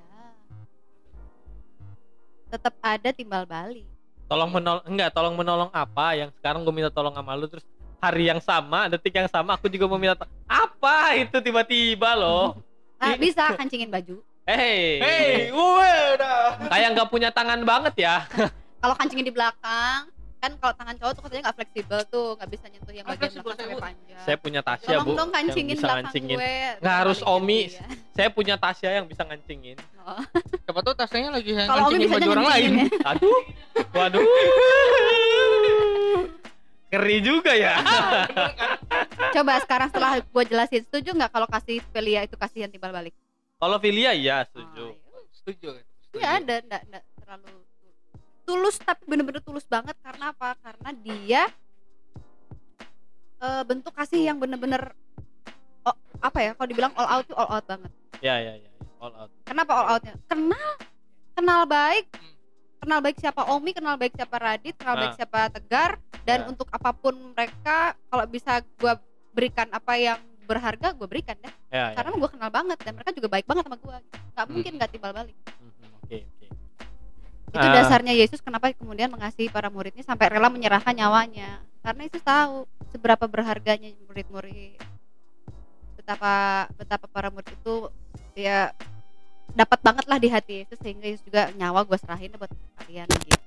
Tetap ada timbal balik. Tolong menolong apa yang sekarang gue minta tolong sama lu terus hari yang sama, detik yang sama aku juga mau minta apa itu tiba-tiba loh. Nah, bisa kancingin baju. Hey, Udah. kayak nggak punya tangan banget ya. Kalau kancingin di belakang, kan kalau tangan cowok tuh katanya nggak fleksibel tuh, nggak bisa nyentuh yang bagian Fleksibel, belakang sampai Bu. panjang. Saya punya Tasya Tolong Bu dong yang kancingin bisa belakang ngancingin. gue. Nggak harus Balikin Omi. dia. Saya punya Tasya yang bisa ngancingin. Oh. Siapa tahu tasnya lagi Kalau Omi ngancingin bisa baju orang lain. nyentuhin ya. Aduh, waduh. Ngeri juga ya. Coba sekarang setelah gue jelasin, setuju nggak kalau kasih filia itu kasihan timbal balik? Kalau Filia iya Oh, setuju. Setuju. iya. Iya, enggak terlalu tulus, tapi bener-bener tulus banget. Karena apa? Karena dia bentuk kasih yang bener-bener apa ya? Kalau dibilang all out tuh all out banget. Ya. All out. Kenapa all outnya? Kenal baik. Kenal baik siapa Omi, kenal baik siapa Radit, kenal baik siapa Tegar, dan Ya. untuk apapun mereka, kalau bisa gue berikan apa yang berharga, gue berikan deh. Ya. Karena gue kenal banget dan mereka juga baik banget sama gue. Gak mungkin gak timbal balik. Oke. Itu dasarnya Yesus kenapa kemudian mengasihi para muridnya sampai rela menyerahkan nyawanya. Karena Yesus tahu seberapa berharganya murid-murid. Betapa para murid itu ya dapat banget lah di hati Yesus, sehingga Yesus juga nyawa gue serahin buat kalian gitu.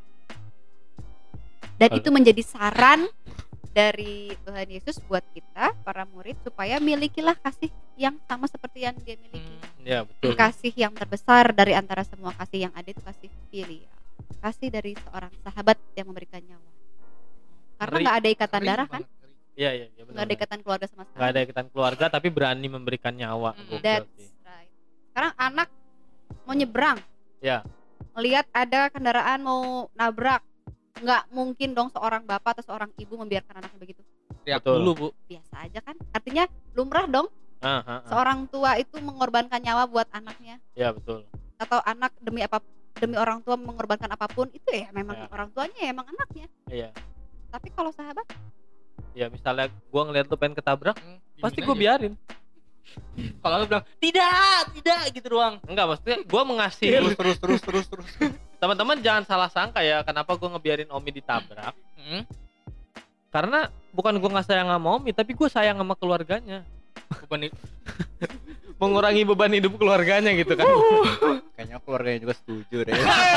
Dan itu menjadi saran dari Tuhan Yesus buat kita para murid supaya milikilah kasih yang sama seperti yang dia miliki. Ya betul. Kasih yang terbesar dari antara semua kasih yang ada itu kasih filia. Kasih dari seorang sahabat yang memberikan nyawa. Karena Ngeri. nggak ada ikatan Ngeri darah banget, kan? ngeri. Iya benar. Nggak ada ikatan keluarga sama sekali. Nggak ada ikatan keluarga tapi berani memberikan nyawa. Gokil That's sih. right. Sekarang anak mau nyebrang. Ya. Ngelihat ada kendaraan mau nabrak. Nggak mungkin dong seorang bapak atau seorang ibu membiarkan anaknya begitu. Teriak Betul. dulu Bu. Biasa aja kan? Artinya lumrah dong seorang tua itu mengorbankan nyawa buat anaknya. Ya betul. Atau anak demi orang tua mengorbankan apapun, itu ya memang Ya. orang tuanya ya emang anaknya. Iya. Tapi kalau sahabat, Ya misalnya gua ngeliat lu pengen ketabrak, pasti Dimin gua aja. biarin. Kalau lu bilang tidak gitu doang. Enggak, maksudnya gua mengasihi. Terus. Teman-teman jangan salah sangka ya kenapa gua ngebiarin Omi ditabrak. Karena bukan gua nggak sayang sama Omi, tapi gua sayang sama keluarganya. Bukan Mengurangi beban hidup keluarganya gitu kan. Kayaknya keluarganya juga setuju deh.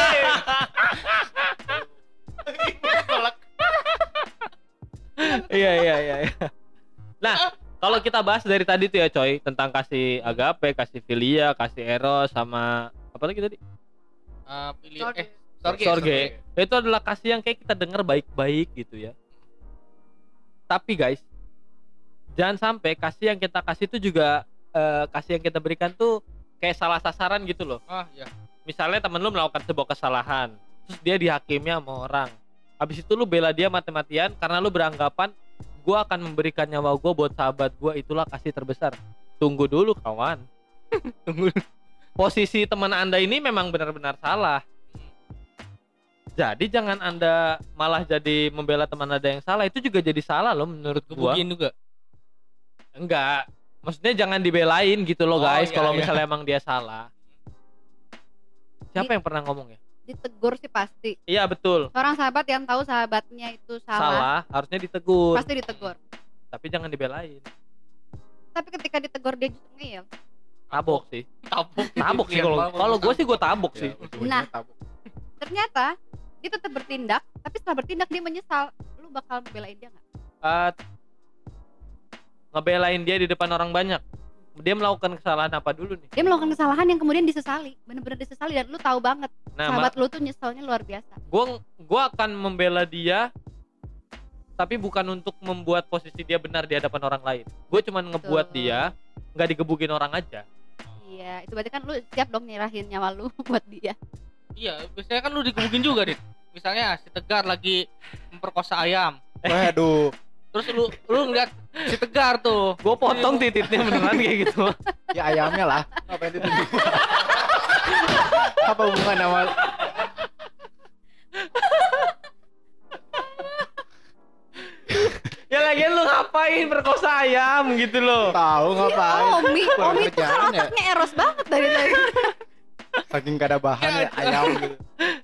Iya. Nah, kalau kita bahas dari tadi tuh ya coy, tentang kasih agape, kasih filia, kasih eros, sama apa lagi tadi? pilih Sorge. Sorge. Itu adalah kasih yang kayak kita dengar baik-baik gitu ya. Tapi guys, jangan sampai kasih yang kita kasih itu juga kasih yang kita berikan tuh kayak salah sasaran gitu loh. Iya. Misalnya temen lu melakukan sebuah kesalahan, terus dia dihakimi sama orang. Habis itu lu bela dia mati-matian karena lu beranggapan gua akan memberikan nyawa gua buat sahabat gua, itulah kasih terbesar. Tunggu dulu kawan. Tunggu. Posisi teman Anda ini memang benar-benar salah. Jadi jangan Anda malah jadi membela teman Anda yang salah, itu juga jadi salah loh menurut gua. Gebukin juga. Enggak. Maksudnya jangan dibelain gitu loh guys, iya, kalau iya. misalnya emang dia salah. Siapa yang pernah ngomong ya? Ditegur sih pasti. Iya betul. Seorang sahabat yang tahu sahabatnya itu salah, Harusnya ditegur. pasti ditegur. Tapi jangan dibelain. Tapi ketika ditegur dia justru ngeyel. Tabok sih. Tabok. Tabok sih kalau gue sih gue tabok sih. Ya, ujungnya Nah. tabuk. Ternyata dia tetap bertindak, tapi setelah bertindak dia menyesal. Lu bakal membelain dia nggak? Ngebelain dia di depan orang banyak. Dia melakukan kesalahan apa dulu nih? Dia melakukan kesalahan yang kemudian disesali, bener-bener disesali, dan lu tahu banget Nah, sahabat lu tuh nyeselnya luar biasa. gue akan membela dia, tapi bukan untuk membuat posisi dia benar di hadapan orang lain. Gue cuman ngebuat Betul. dia nggak digebukin orang aja. Iya, itu berarti kan lu siap dong nyerahin nyawa lu buat dia. Iya, biasanya kan lu digebukin juga, Dit. Misalnya si Tegar lagi memperkosa ayam. Waduh, Terus lu ngeliat si Tegar tuh. Gue potong titiknya beneran kayak gitu. ya ayamnya lah. Ngapain ditunjuk? Apa hubungan sama Ya lagian lu ngapain perkosa ayam gitu loh. tahu ngapain? Omi Kurang tuh kan kerjaan ya. otaknya eros banget dari tadi. Saking gak ada bahan ya ayam gitu.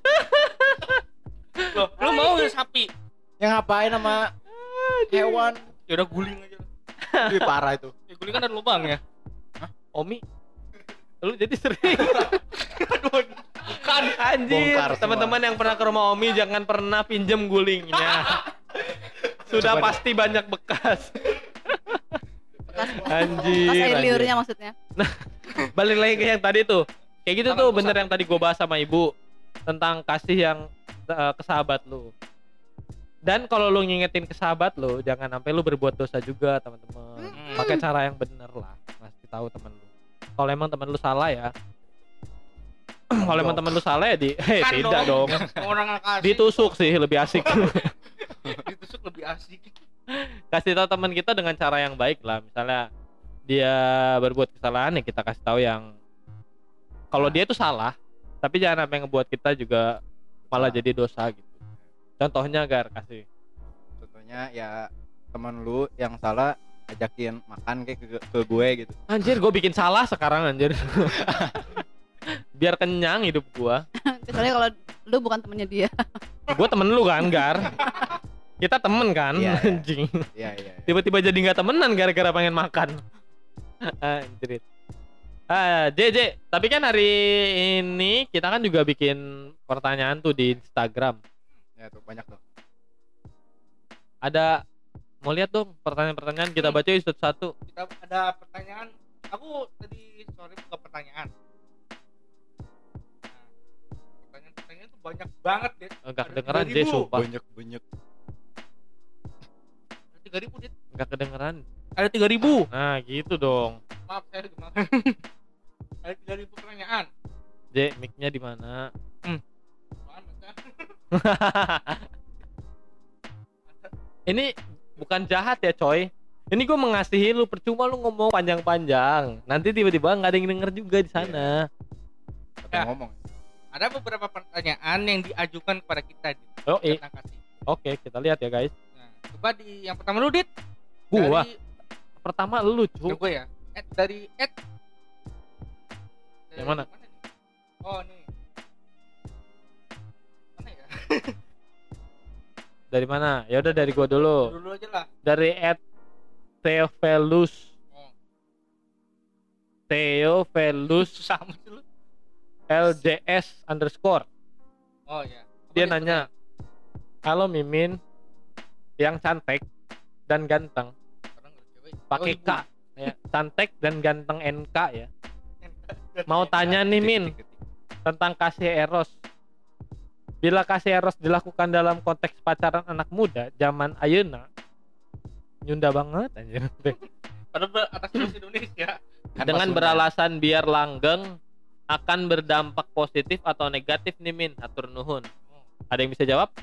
Loh, lu mau nggak sapi? Yang ngapain sama hewan? Ya udah guling aja. Lebih parah itu. Ya guling kan ada lubangnya. Omi, lu jadi sering. Aduh, kan Anjir, Bongkar semua. teman-teman yang pernah ke rumah Omi jangan pernah pinjem gulingnya. Sudah Coba pasti banyak bekas. Bekas Anjir. air anjir. liurnya maksudnya. Balik lagi ke yang tadi tuh. Kayak gitu Sama tuh pusat. bener yang tadi gue bahas sama ibu tentang kasih yang ke sahabat lu. Dan kalau lu ngingetin ke sahabat lu, jangan sampai lu berbuat dosa juga, teman-teman. Pakai cara yang bener lah, ngasih tahu teman lu. Kalau emang teman lu salah ya. Kalau emang teman lu salah ya Kan tidak dong. Orang ngasih. Ditusuk sih lebih asik. Ditusuk lebih asik. Kasih tahu teman kita dengan cara yang baik lah. Misalnya dia berbuat kesalahan ya kita kasih tahu yang kalau dia itu salah, tapi jangan sampai ngebuat kita juga malah jadi dosa gitu. Contohnya Gar, kasih. Contohnya ya teman lu yang salah ajakin makan kayak ke gue gitu. Anjir, gue bikin salah sekarang anjir. Biar kenyang hidup gua. Kecuali kalau lu bukan temennya dia. Gua temen lu kan, Gar. Kita temen kan, Iya, iya. anjing. Iya iya. Tiba-tiba jadi nggak temenan gara-gara pengen makan. Anjir. JJ, tapi kan hari ini kita kan juga bikin pertanyaan tuh di Instagram. Ya tuh banyak tuh. Ada mau lihat dong pertanyaan-pertanyaan kita bacain satu-satu. Kita ada pertanyaan. Aku tadi sore buka pertanyaan. Nah, pertanyaan-pertanyaan tuh banyak banget, Dit. Enggak Ada kedengeran 3.000. J, sumpah. Banyak. 3.000, Dit. Enggak kedengeran. Ada 3.000. Nah, gitu dong. Maaf, saya gimana? Ada 3.000 pertanyaan. J, mic-nya di mana? Apaan, Mas? Ini bukan jahat ya, coy. Ini gue mengasihi lu, percuma lu ngomong panjang-panjang. Nanti tiba-tiba nggak ada yang denger juga di sana. Apa Ya. ngomong? Ada beberapa pertanyaan yang diajukan kepada kita, Dit. Oh, Kita kasih. oke, kita lihat ya, guys. Nah, coba di yang pertama lu, Dit. Gua Dari, pertama lu, ya, cu. gue ya. Dari Yang mana? nih? Oh, nih. Mana ya? Dari mana? Ya udah dari gua dulu. Dulu aja lah. Dari @Theophilus. Oh, Theophilus susah amat sih lu. LJS _. Oh ya. Dia nanya, halo Mimin, yang cantik dan ganteng, pakai K ya, cantik dan ganteng NK ya. Mau tanya nih Min, tentang kasih eros. Bila kasih eros dilakukan dalam konteks pacaran anak muda zaman ayeuna, nyunda banget anjir. Padahal atas bahasa Indonesia. Kan Dengan Sunda. beralasan biar langgeng akan berdampak positif atau negatif nih Min, atur nuhun. Ada yang bisa jawab?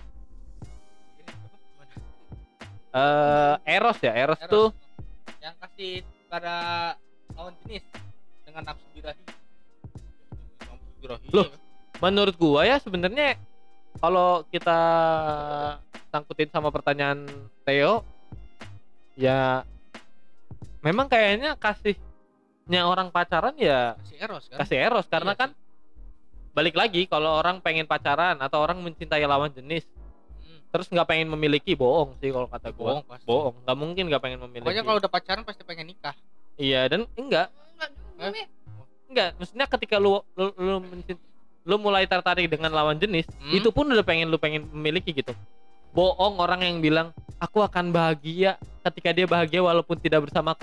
Eros ya. Eros Eros. tuh Yang kasih pada lawan jenis dengan nafsu birahi. Nafsu birahi. Loh. menurut gua ya sebenarnya kalau kita sangkutin sama pertanyaan Theo, ya memang kayaknya kasihnya orang pacaran ya Kasih eros kan? kasih eros karena Iya kan balik lagi kalau orang pengen pacaran atau orang mencintai lawan jenis terus nggak pengen memiliki, bohong sih kalau kata gua. Bohong pasti. Bohong, nggak mungkin nggak pengen memiliki. Pokoknya kalau udah pacaran pasti pengen nikah. Iya, dan enggak maksudnya ketika lu mulai tertarik dengan lawan jenis, itu pun udah lu pengen memiliki gitu. Bohong orang yang bilang aku akan bahagia ketika dia bahagia walaupun tidak bersamaku.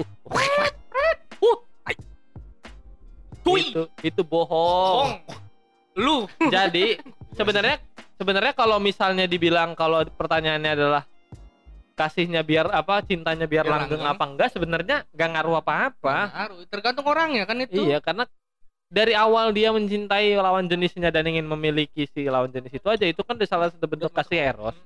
Itu bohong. Lu Jadi sebenarnya kalau misalnya dibilang kalau pertanyaannya adalah kasihnya biar apa, cintanya biar langgeng apa enggak, sebenarnya enggak ngaruh apa-apa. tergantung orangnya kan itu. Iya, karena dari awal dia mencintai lawan jenisnya dan ingin memiliki si lawan jenis itu aja, itu kan udah salah satu bentuk kasih eros.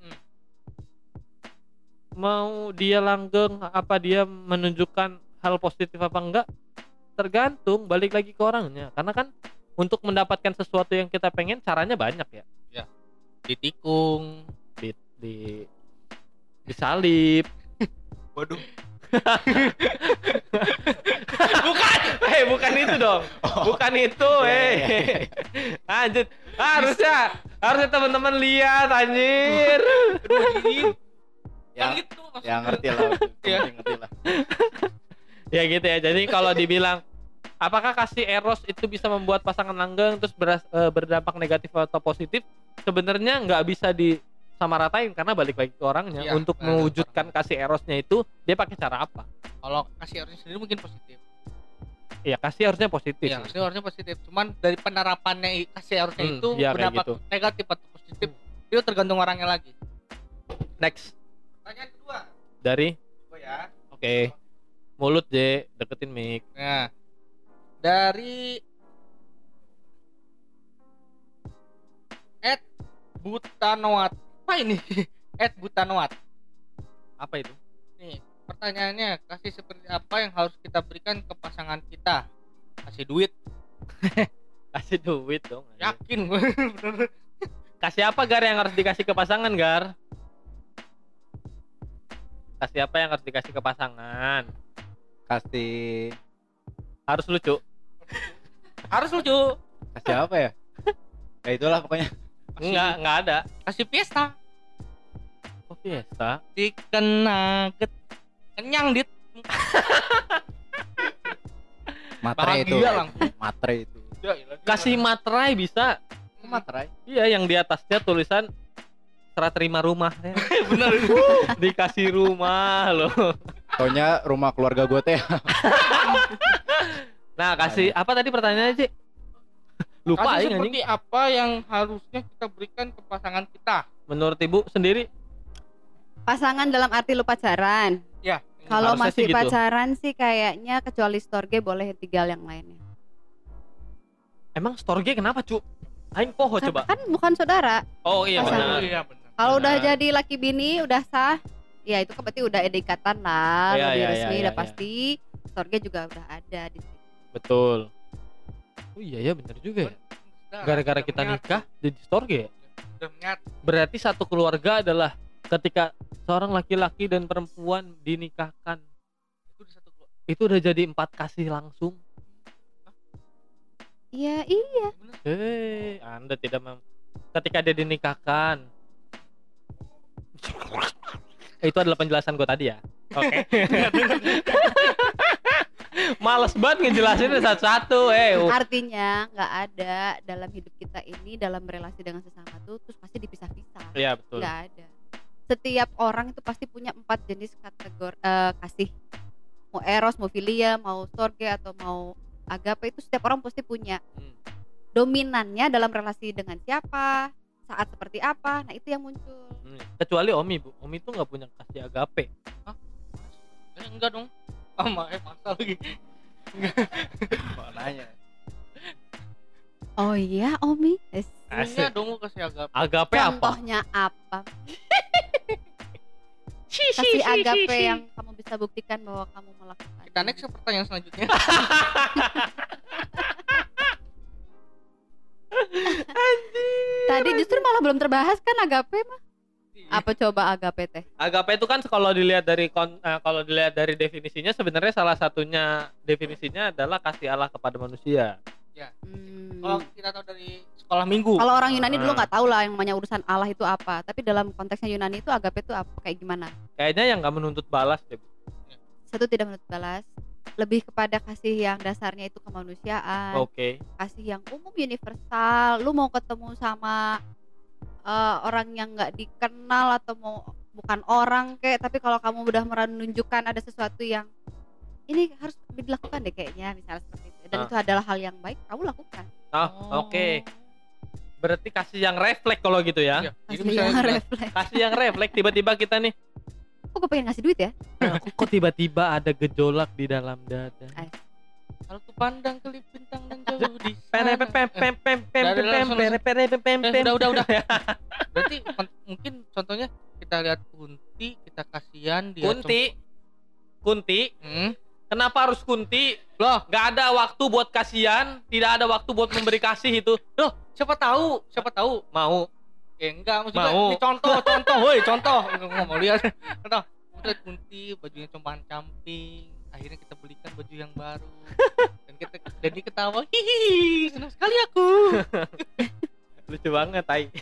Mau dia langgeng apa dia menunjukkan hal positif apa enggak, tergantung, balik lagi ke orangnya. Karena kan untuk mendapatkan sesuatu yang kita pengen caranya banyak ya. Ditikung, disalib. waduh. Bukan itu dong. Bukan itu, Lanjut. Harusnya teman-teman lihat anjir. Kan gitu maksudnya. Ya ngerti lah. Ngerti lah. Ya gitu ya. Jadi kalau dibilang apakah kasih eros itu bisa membuat pasangan langgeng terus berdampak negatif atau positif? Sebenarnya nggak bisa disamaratain karena balik lagi ke orangnya. Ya, untuk mewujudkan kasih erosnya itu dia pakai cara apa? Kalau kasih erosnya sendiri mungkin positif. Iya, kasih harusnya positif. Iya, kasih harusnya positif. Cuman dari penerapannya kasih harusnya itu ya, berdampak gitu. negatif atau positif itu tergantung orangnya lagi. Next. Pertanyaan kedua. Dari Ya. Oke. Mulut J, deketin mic. Nah, dari Butanowat. Apa ini? Butanowat. Apa itu? Nih, pertanyaannya, kasih seperti apa yang harus kita berikan ke pasangan kita? Kasih duit. Kasih duit dong. Yakin gue. Bener. Kasih apa Gar yang harus dikasih ke pasangan, Gar? Kasih apa yang harus dikasih ke pasangan? Kasih Harus lucu. Harus lucu. kasih apa ya? Ya itulah pokoknya. Enggak ada. Kasih fiesta. Oh, fiesta. Chicken nugget. Kenyang, Dit. Materai itu. Bahagia langsung. Materai itu. Kasih materai bisa. Materai. Iya, yang di atasnya tulisan serah terima rumah. Bener. Dikasih rumah loh. Pokoknya rumah keluarga gue teh. Nah, kasih apa tadi pertanyaannya, Ci? Lupa Kasih aing anjing. seperti apa yang harusnya kita berikan ke pasangan kita? Menurut Ibu sendiri? Pasangan dalam arti lu pacaran. Ya. Kalau Harusnya masih sih gitu. pacaran sih kayaknya kecuali storge boleh tinggal yang lainnya. Emang storge kenapa, Cu? Aing poho coba. Kan bukan saudara. Oh iya Pasangan. benar. Iya benar. Kalau udah Benar. jadi laki bini udah sah, ya itu kan berarti udah ada ikatan lah, Iya, lebih iya, resmi, iya, udah iya. pasti. Storge juga udah ada di situ. Betul. Oh iya ya benar juga ya. Gara-gara kita nikah jadi storge ya? Udah menyatu. Berarti satu keluarga adalah ketika seorang laki-laki dan perempuan dinikahkan, Itu di satu keluarga. itu udah jadi 4 kasih langsung. Iya, iya. Anda tidak ketika dia dinikahkan. Itu adalah penjelasan gue tadi ya. Oke. Males banget ngejelasin satu-satu. Artinya nggak ada dalam hidup kita ini, dalam relasi dengan sesama tuh terus pasti dipisah-pisah. Iya betul. Nggak ada. Setiap orang itu pasti punya 4 jenis kategori kasih. Mau eros, mau filia, mau storge atau mau agape, itu setiap orang pasti punya. Dominannya dalam relasi dengan siapa, saat seperti apa, nah itu yang muncul. Kecuali Omi, Bu. Omi tuh nggak punya kasih agape. Enggak dong. Masa lagi. Mananya? Oh iya, Omi. Yes. Punya dong gua kasih agape. Agape apa? Contohnya apa? Kasih agape yang kamu bisa buktikan bahwa kamu melakukan. Kita next ke pertanyaan selanjutnya. Tadi justru malah belum terbahas kan agape mah. Apa coba agape teh? Agape itu kan kalau dilihat dari definisinya sebenarnya salah satunya definisinya adalah kasih Allah kepada manusia. Kalau kita tahu dari sekolah minggu. Kalau orang Yunani dulu nggak tahu lah yang namanya urusan Allah itu apa. Tapi dalam konteksnya Yunani itu agape itu apa? Kayak gimana? Kayaknya yang nggak menuntut balas deh. Satu, tidak menuntut balas. Lebih kepada kasih yang dasarnya itu kemanusiaan. Oke. Kasih yang umum universal. Lu mau ketemu sama orang yang nggak dikenal atau mau bukan orang kayak, tapi kalau kamu udah menunjukkan ada sesuatu yang ini harus dilakukan deh kayaknya, misalnya seperti itu, dan itu adalah hal yang baik, kamu lakukan. Oke. Berarti kasih yang refleks kalau gitu ya. Iya. Jadi Kasih misalnya yang refleks. Kasih yang refleks, tiba-tiba kita nih, Kok gue pengen ngasih duit ya? kok tiba-tiba ada gejolak di dalam dada. kalau ku pandang kelip bintang dan jauh di Pem sana. pem pem pem pem pem pem. Udah. Berarti mungkin contohnya kita lihat Kunti, kita kasihan dia. Kunti, kenapa harus Kunti? Loh, nggak ada waktu buat kasihan, tidak ada waktu buat memberi kasih itu. Loh, siapa tahu Mau. enggak maksudnya Mau. ini contoh woi contoh nggak mau lihat contoh kita Kunti bajunya cuma camping, akhirnya kita belikan baju yang baru dan dia ketawa, hihi senang sekali aku. Lucu banget, tai.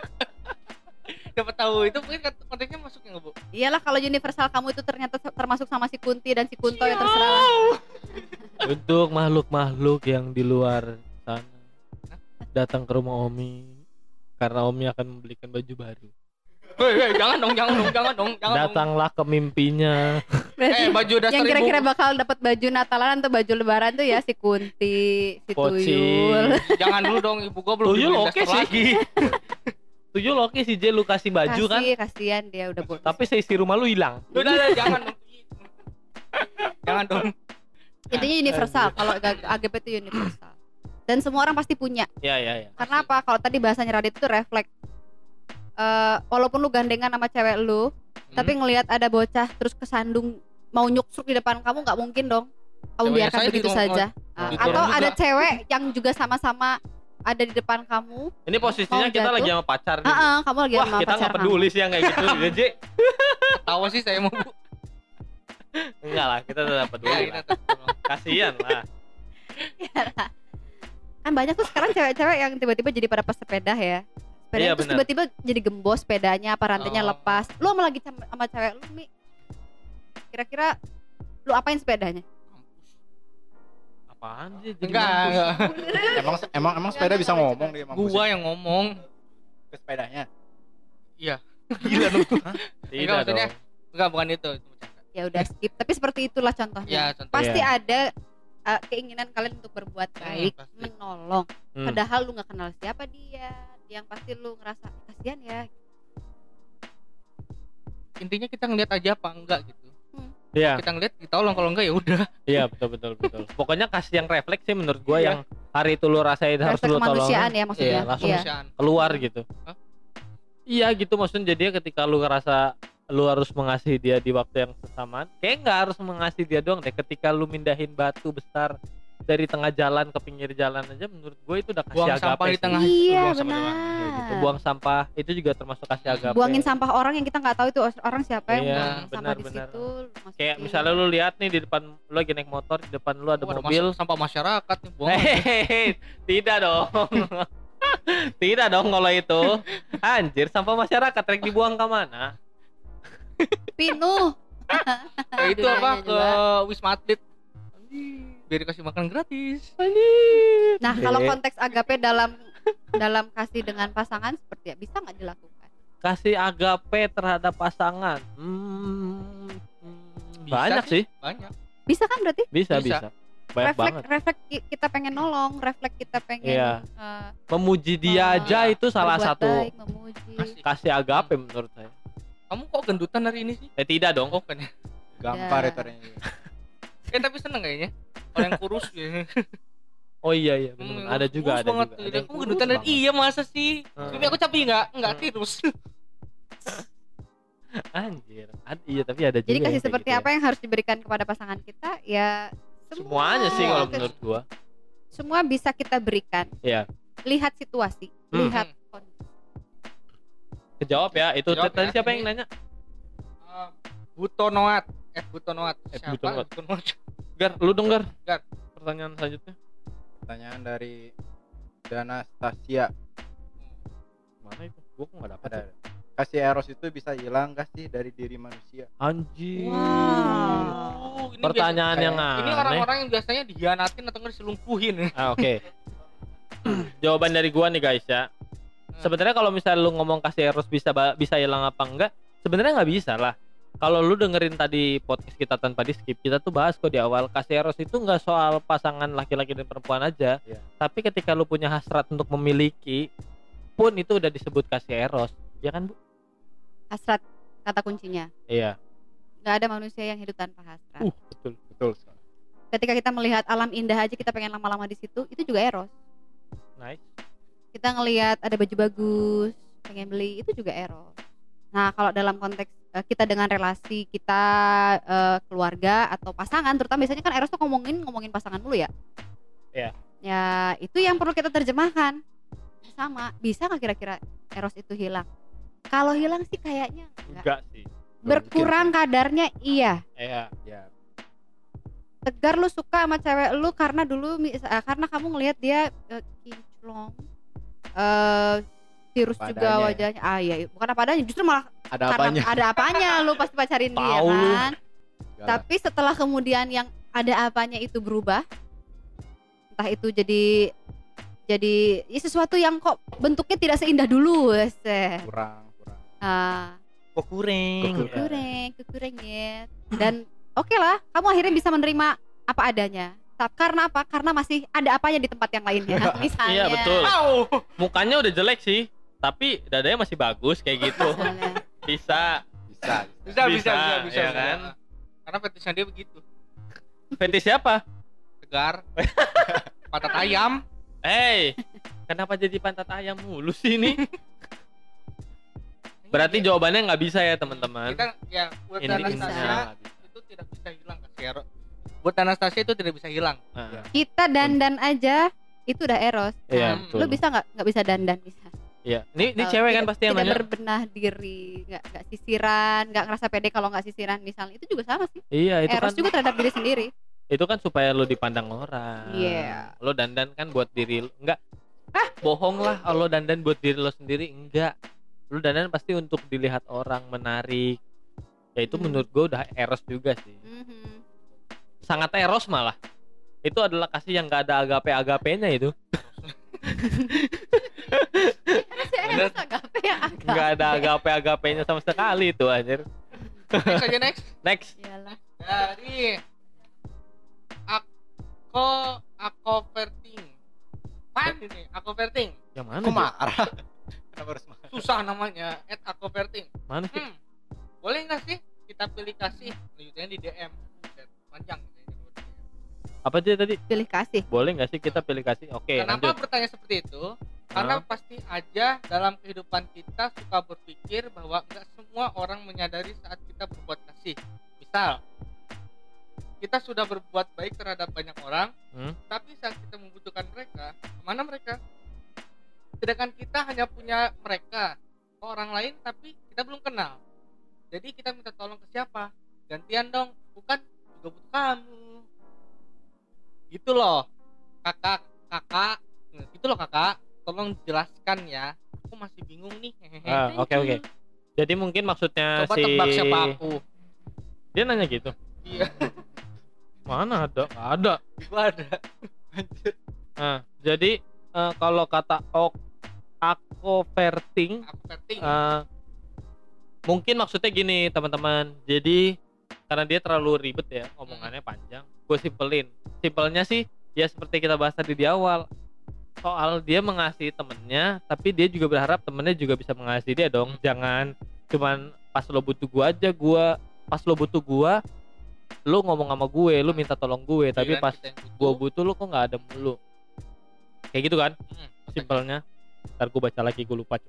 Siapa tahu itu mungkin konteksnya masuknya nggak, Bu? Iyalah, kalau universal kamu itu ternyata termasuk sama si Kunti dan si Kunto, yang terserah lah. Untuk makhluk-makhluk yang di luar sana datang ke rumah Omi karena Omi akan membelikan baju baru. Hei, jangan dong. Datanglah ke mimpinya. Berarti Baju dasar yang kira-kira ibu. bakal dapat baju Natalan atau baju Lebaran tuh ya si Kunti, si Poci. Tuyul. Jangan dulu dong, ibu gua belum Tuyul dibeliin oke daster sih. lagi. Tuyul oke sih, J, lu kasih baju kan. Kasihan dia udah bodoh. Tapi seisi rumah lu hilang. Udah, jangan dong. Jangan dong. Intinya universal. Kalau AGP itu universal. Dan semua orang pasti punya. Ya. Karena apa? Kalau tadi bahasanya Radit itu refleks. Walaupun lu gandengan sama cewek lu, tapi ngelihat ada bocah terus kesandung mau nyuksruk di depan kamu, nggak mungkin dong kamu Ceweknya biarkan saya begitu di saja. di Atau dorong ada juga. cewek yang juga sama-sama ada di depan kamu. Ini posisinya Mau kita jatuh. lagi sama pacar nih. Kamu lagi Wah, sama kita pacar nggak peduli sih yang kayak gitu, ya, J. Tahu sih saya mau, Bu. Enggak lah, kita tetap peduli lah. Kasihan lah. kamu. Kan banyak tuh sekarang cewek-cewek yang tiba-tiba jadi pada pesepeda ya. Sepedanya Iya, terus benar. tiba-tiba jadi gembos sepedanya, apa rantainya Oh. lepas. Lu lagi sama cewek lu, Mi. Kira-kira lu apain sepedanya? Apaan sih? Jadi Enggak. Emang sepeda bisa ngomong dia mampus. Gua yang ngomong. Ke sepedanya. Gila dong. Tidak Enggak, maksudnya dong. enggak bukan itu bercanda. Ya udah skip. Tapi seperti itulah contohnya. Ya, contoh. Pasti Iya. ada keinginan kalian untuk berbuat baik, pasti. menolong. Hmm. Padahal lu nggak kenal siapa dia. Yang pasti lu ngerasa kasihan ya. Intinya kita ngeliat aja apa enggak gitu. Iya, Kita ngeliat ditolong, kalau enggak ya udah. iya betul. Pokoknya kasih yang refleks sih menurut gua, yang hari itu lu rasain harus Refleks lu kemanusiaan tolong. ya maksudnya. Iya, langsung Iya. Kemanusiaan. keluar gitu. Hah? Iya gitu, maksudnya jadinya ketika lu ngerasa lu harus mengasihi dia di waktu yang bersamaan, kayak nggak harus mengasihi dia doang deh. Ketika lu mindahin batu besar dari tengah jalan ke pinggir jalan aja, menurut gue itu udah kasih Buang agape sampah di sih. tengah. Iya Buang sampah benar. Kayak gitu. Buang sampah itu juga termasuk kasih agape. Buangin sampah orang yang kita nggak tahu itu orang siapa yang Iya, buangin sampah di benar. situ. lu masukin. Kayak misalnya lu lihat nih di depan lu lagi naik motor, di depan lu ada Oh, mobil. sampah masyarakat nih, buang. Hehehe, tidak dong. Tidak dong kalau itu. Anjir, sampah masyarakat rek dibuang ke mana? Pinuh. Ya itu apa Gunanya ke juga. Wisma Atlet. Biar dikasih makan gratis. Nah, kalau Dek. konteks agape dalam kasih dengan pasangan seperti bisa nggak dilakukan? Kasih agape terhadap pasangan. Bisa Banyak sih. Banyak. Bisa kan berarti? Bisa. Bisa. Banyak banget. Refleks kita pengen nolong, refleks kita pengen Iya. Memuji dia aja itu salah berbuat satu baik, memuji. kasih agape menurut saya. Kamu kok gendutan hari ini sih? Tidak dong. Oh kan ya. Gampar Ya. itu orangnya. Tapi seneng kayaknya. Orang yang kurus ya. Oh iya iya, bener. Ada juga, ada banget. juga. Ada Ada yang kamu kurus gendutan dan banget. iya masa sih? Hmm. Tapi aku capek enggak tirus. Anjir. Iya, tapi ada juga. Jadi yang kasih kayak seperti gitu apa yang harus diberikan kepada pasangan kita ya Semuanya sih kalau ke- menurut gua. semua bisa kita berikan. Iya. Lihat situasi, Hmm. lihat kondisi. Kejawab ya. Itu Kejawab tadi ya. siapa Ini- yang nanya? Butonoat. Butonoat. Siapa? Butonoat. Butonoat. Gar, lu dong Gar. Gar. Pertanyaan selanjutnya. Pertanyaan dari Danastasia. Mana itu? Gua kok enggak dapat. Ada. Kasih eros itu bisa hilang gak sih dari diri manusia? Anjir. Wow. Ini Pertanyaan biasa- yang Ini aneh. orang-orang yang biasanya dihianatin atau nggak diselingkuhin. Oke. Jawaban dari gua nih guys ya. Sebenarnya kalau misalnya lu ngomong kasih eros bisa hilang apa enggak, sebenarnya nggak bisa lah. Kalau lu dengerin tadi podcast kita tanpa di skip, kita tuh bahas kok di awal kasih eros itu nggak soal pasangan laki-laki dan perempuan aja. Iya. Tapi ketika lu punya hasrat untuk memiliki pun itu udah disebut kasih eros, ya kan Bu? Hasrat kata kuncinya. Iya. Nggak ada manusia yang hidup tanpa hasrat. Betul. Betul. Ketika kita melihat alam indah aja kita pengen lama-lama di situ, itu juga eros. Nice. Kita ngelihat ada baju bagus, pengen beli, itu juga eros. Nah, kalau dalam konteks kita dengan relasi kita keluarga atau pasangan, terutama biasanya kan eros tuh ngomongin pasangan dulu ya. Iya. Ya, itu yang perlu kita terjemahkan. Sama, bisa nggak kira-kira eros itu hilang? Kalau hilang sih kayaknya enggak. Enggak sih. Berkurang kadarnya iya. Iya. Ya, Tegar lu suka sama cewek lu karena dulu karena kamu ngelihat dia kinclong, tirus Apa juga adanya ya. wajahnya. Ah iya, bukan apa adanya, justru malah ada karena apanya? ada apanya lu pasti pacarin dia Tahu lu. kan. Enggak. Tapi setelah kemudian yang ada apanya itu berubah, entah itu jadi ya sesuatu yang kok bentuknya tidak seindah dulu, kurang. Kok kurang. kurang ya. Dan oke lah, kamu akhirnya bisa menerima apa adanya. Karena apa? Karena masih ada apanya di tempat yang lainnya. Misalnya. Iya, betul. Wow. Mukanya udah jelek sih, tapi dadanya masih bagus kayak gitu. Misalnya. Bisa. Bisa, ya kan? Karena fetishnya dia begitu. Fetish siapa? Tegar. Patat ayam. Hey, kenapa jadi pantat ayam mulu sih ini? Berarti jawabannya nggak bisa ya teman-teman. kita ya buat Ini Anastasia intinya. itu tidak bisa hilang kasih eros. Buat Anastasia itu tidak bisa hilang. Nah, Kita dandan aja itu udah eros. Iya, Nah, betul. lu bisa nggak bisa dandan bisa. Iya, ini Kalau cewek kan tidak- pasti yang tidak nanya. berbenah diri, nggak sisiran, nggak ngerasa pede kalau nggak sisiran misalnya, itu juga sama sih. Iya, itu Eros kan juga terhadap diri sendiri. itu kan supaya lu dipandang orang. Iya. Lo dandan kan buat diri lu. Enggak. Bohong lah lo dandan buat diri lo sendiri, enggak. Lu dandan pasti untuk dilihat orang, menarik. Ya itu menurut gue udah eros juga sih. Mhm. Sangat eros malah. Itu adalah kasih yang gak ada agape-agapenya itu. Karena si eros agape ya agape. Gak ada agape-agapenya sama sekali itu anjir. Next aja next. Next. Iyalah. Dari Akoverting. Apaan ini? Akoverting. Yang mana? Kok Ji? marah? Kenapa harus marah? Susah namanya. @akoverting. Mana sih? Boleh nggak sih kita pilih kasih? Lanjutnya di DM. Panjang. Apa aja tadi? Pilih kasih. Boleh nggak sih kita pilih kasih? Oke, Kenapa lanjut. bertanya seperti itu? Karena pasti aja dalam kehidupan kita suka berpikir bahwa nggak semua orang menyadari saat kita berbuat kasih. Misal, kita sudah berbuat baik terhadap banyak orang, tapi saat kita membutuhkan mereka, kemana mereka? Sedangkan kita hanya punya mereka ke orang lain, tapi kita belum kenal. Jadi kita minta tolong ke siapa? Gantian dong, bukan juga butuh kamu. Gitu loh, kakak, gitu loh kakak. Tolong jelaskan ya, aku masih bingung nih. Oke. Jadi mungkin maksudnya Coba si tebak siapa aku. Dia nanya gitu. Iya, Mana ada? Nggak ada. gua ada. Nah, jadi kalau kata akoverting, Aku penting. mungkin maksudnya gini teman-teman. Jadi karena dia terlalu ribet ya, omongannya panjang. Gue simpelnya sih ya seperti kita bahas tadi di awal. Soal dia mengasihi temennya, tapi dia juga berharap temennya juga bisa mengasihi dia dong. Jangan cuman pas lo butuh gua aja, pas lo butuh gua, lo ngomong sama gue, lo minta tolong gue, tapi Giliran pas kita yang gua butuh lo kok nggak ada mulu. Kayak gitu kan Konteks. simpelnya. Ntar gue baca lagi, gue lupa.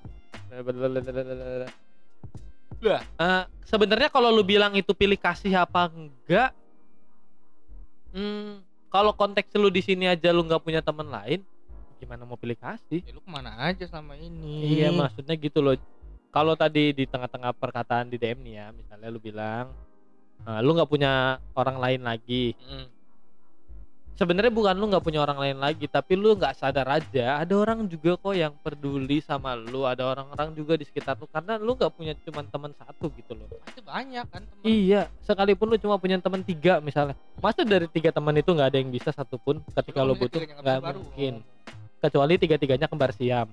Sebenarnya kalau lu bilang itu pilih kasih apa enggak, kalau konteks lu di sini aja lu nggak punya teman lain, gimana mau pilih kasih? Ya, lu kemana aja selama ini? Iya, maksudnya gitu loh. Kalau tadi di tengah-tengah perkataan di DM nih ya, misalnya lu bilang lu nggak punya orang lain lagi. Sebenarnya bukan lu nggak punya orang lain lagi, tapi lu nggak sadar aja ada orang juga kok yang peduli sama lu, ada orang-orang juga di sekitar lu, karena lu nggak punya cuma teman satu gitu loh. Pasti banyak kan teman. Iya, sekalipun lu cuma punya teman 3 misalnya, masa dari 3 teman itu nggak ada yang bisa satupun ketika lu butuh? Nggak mungkin, kecuali 3-tiganya kembar siam.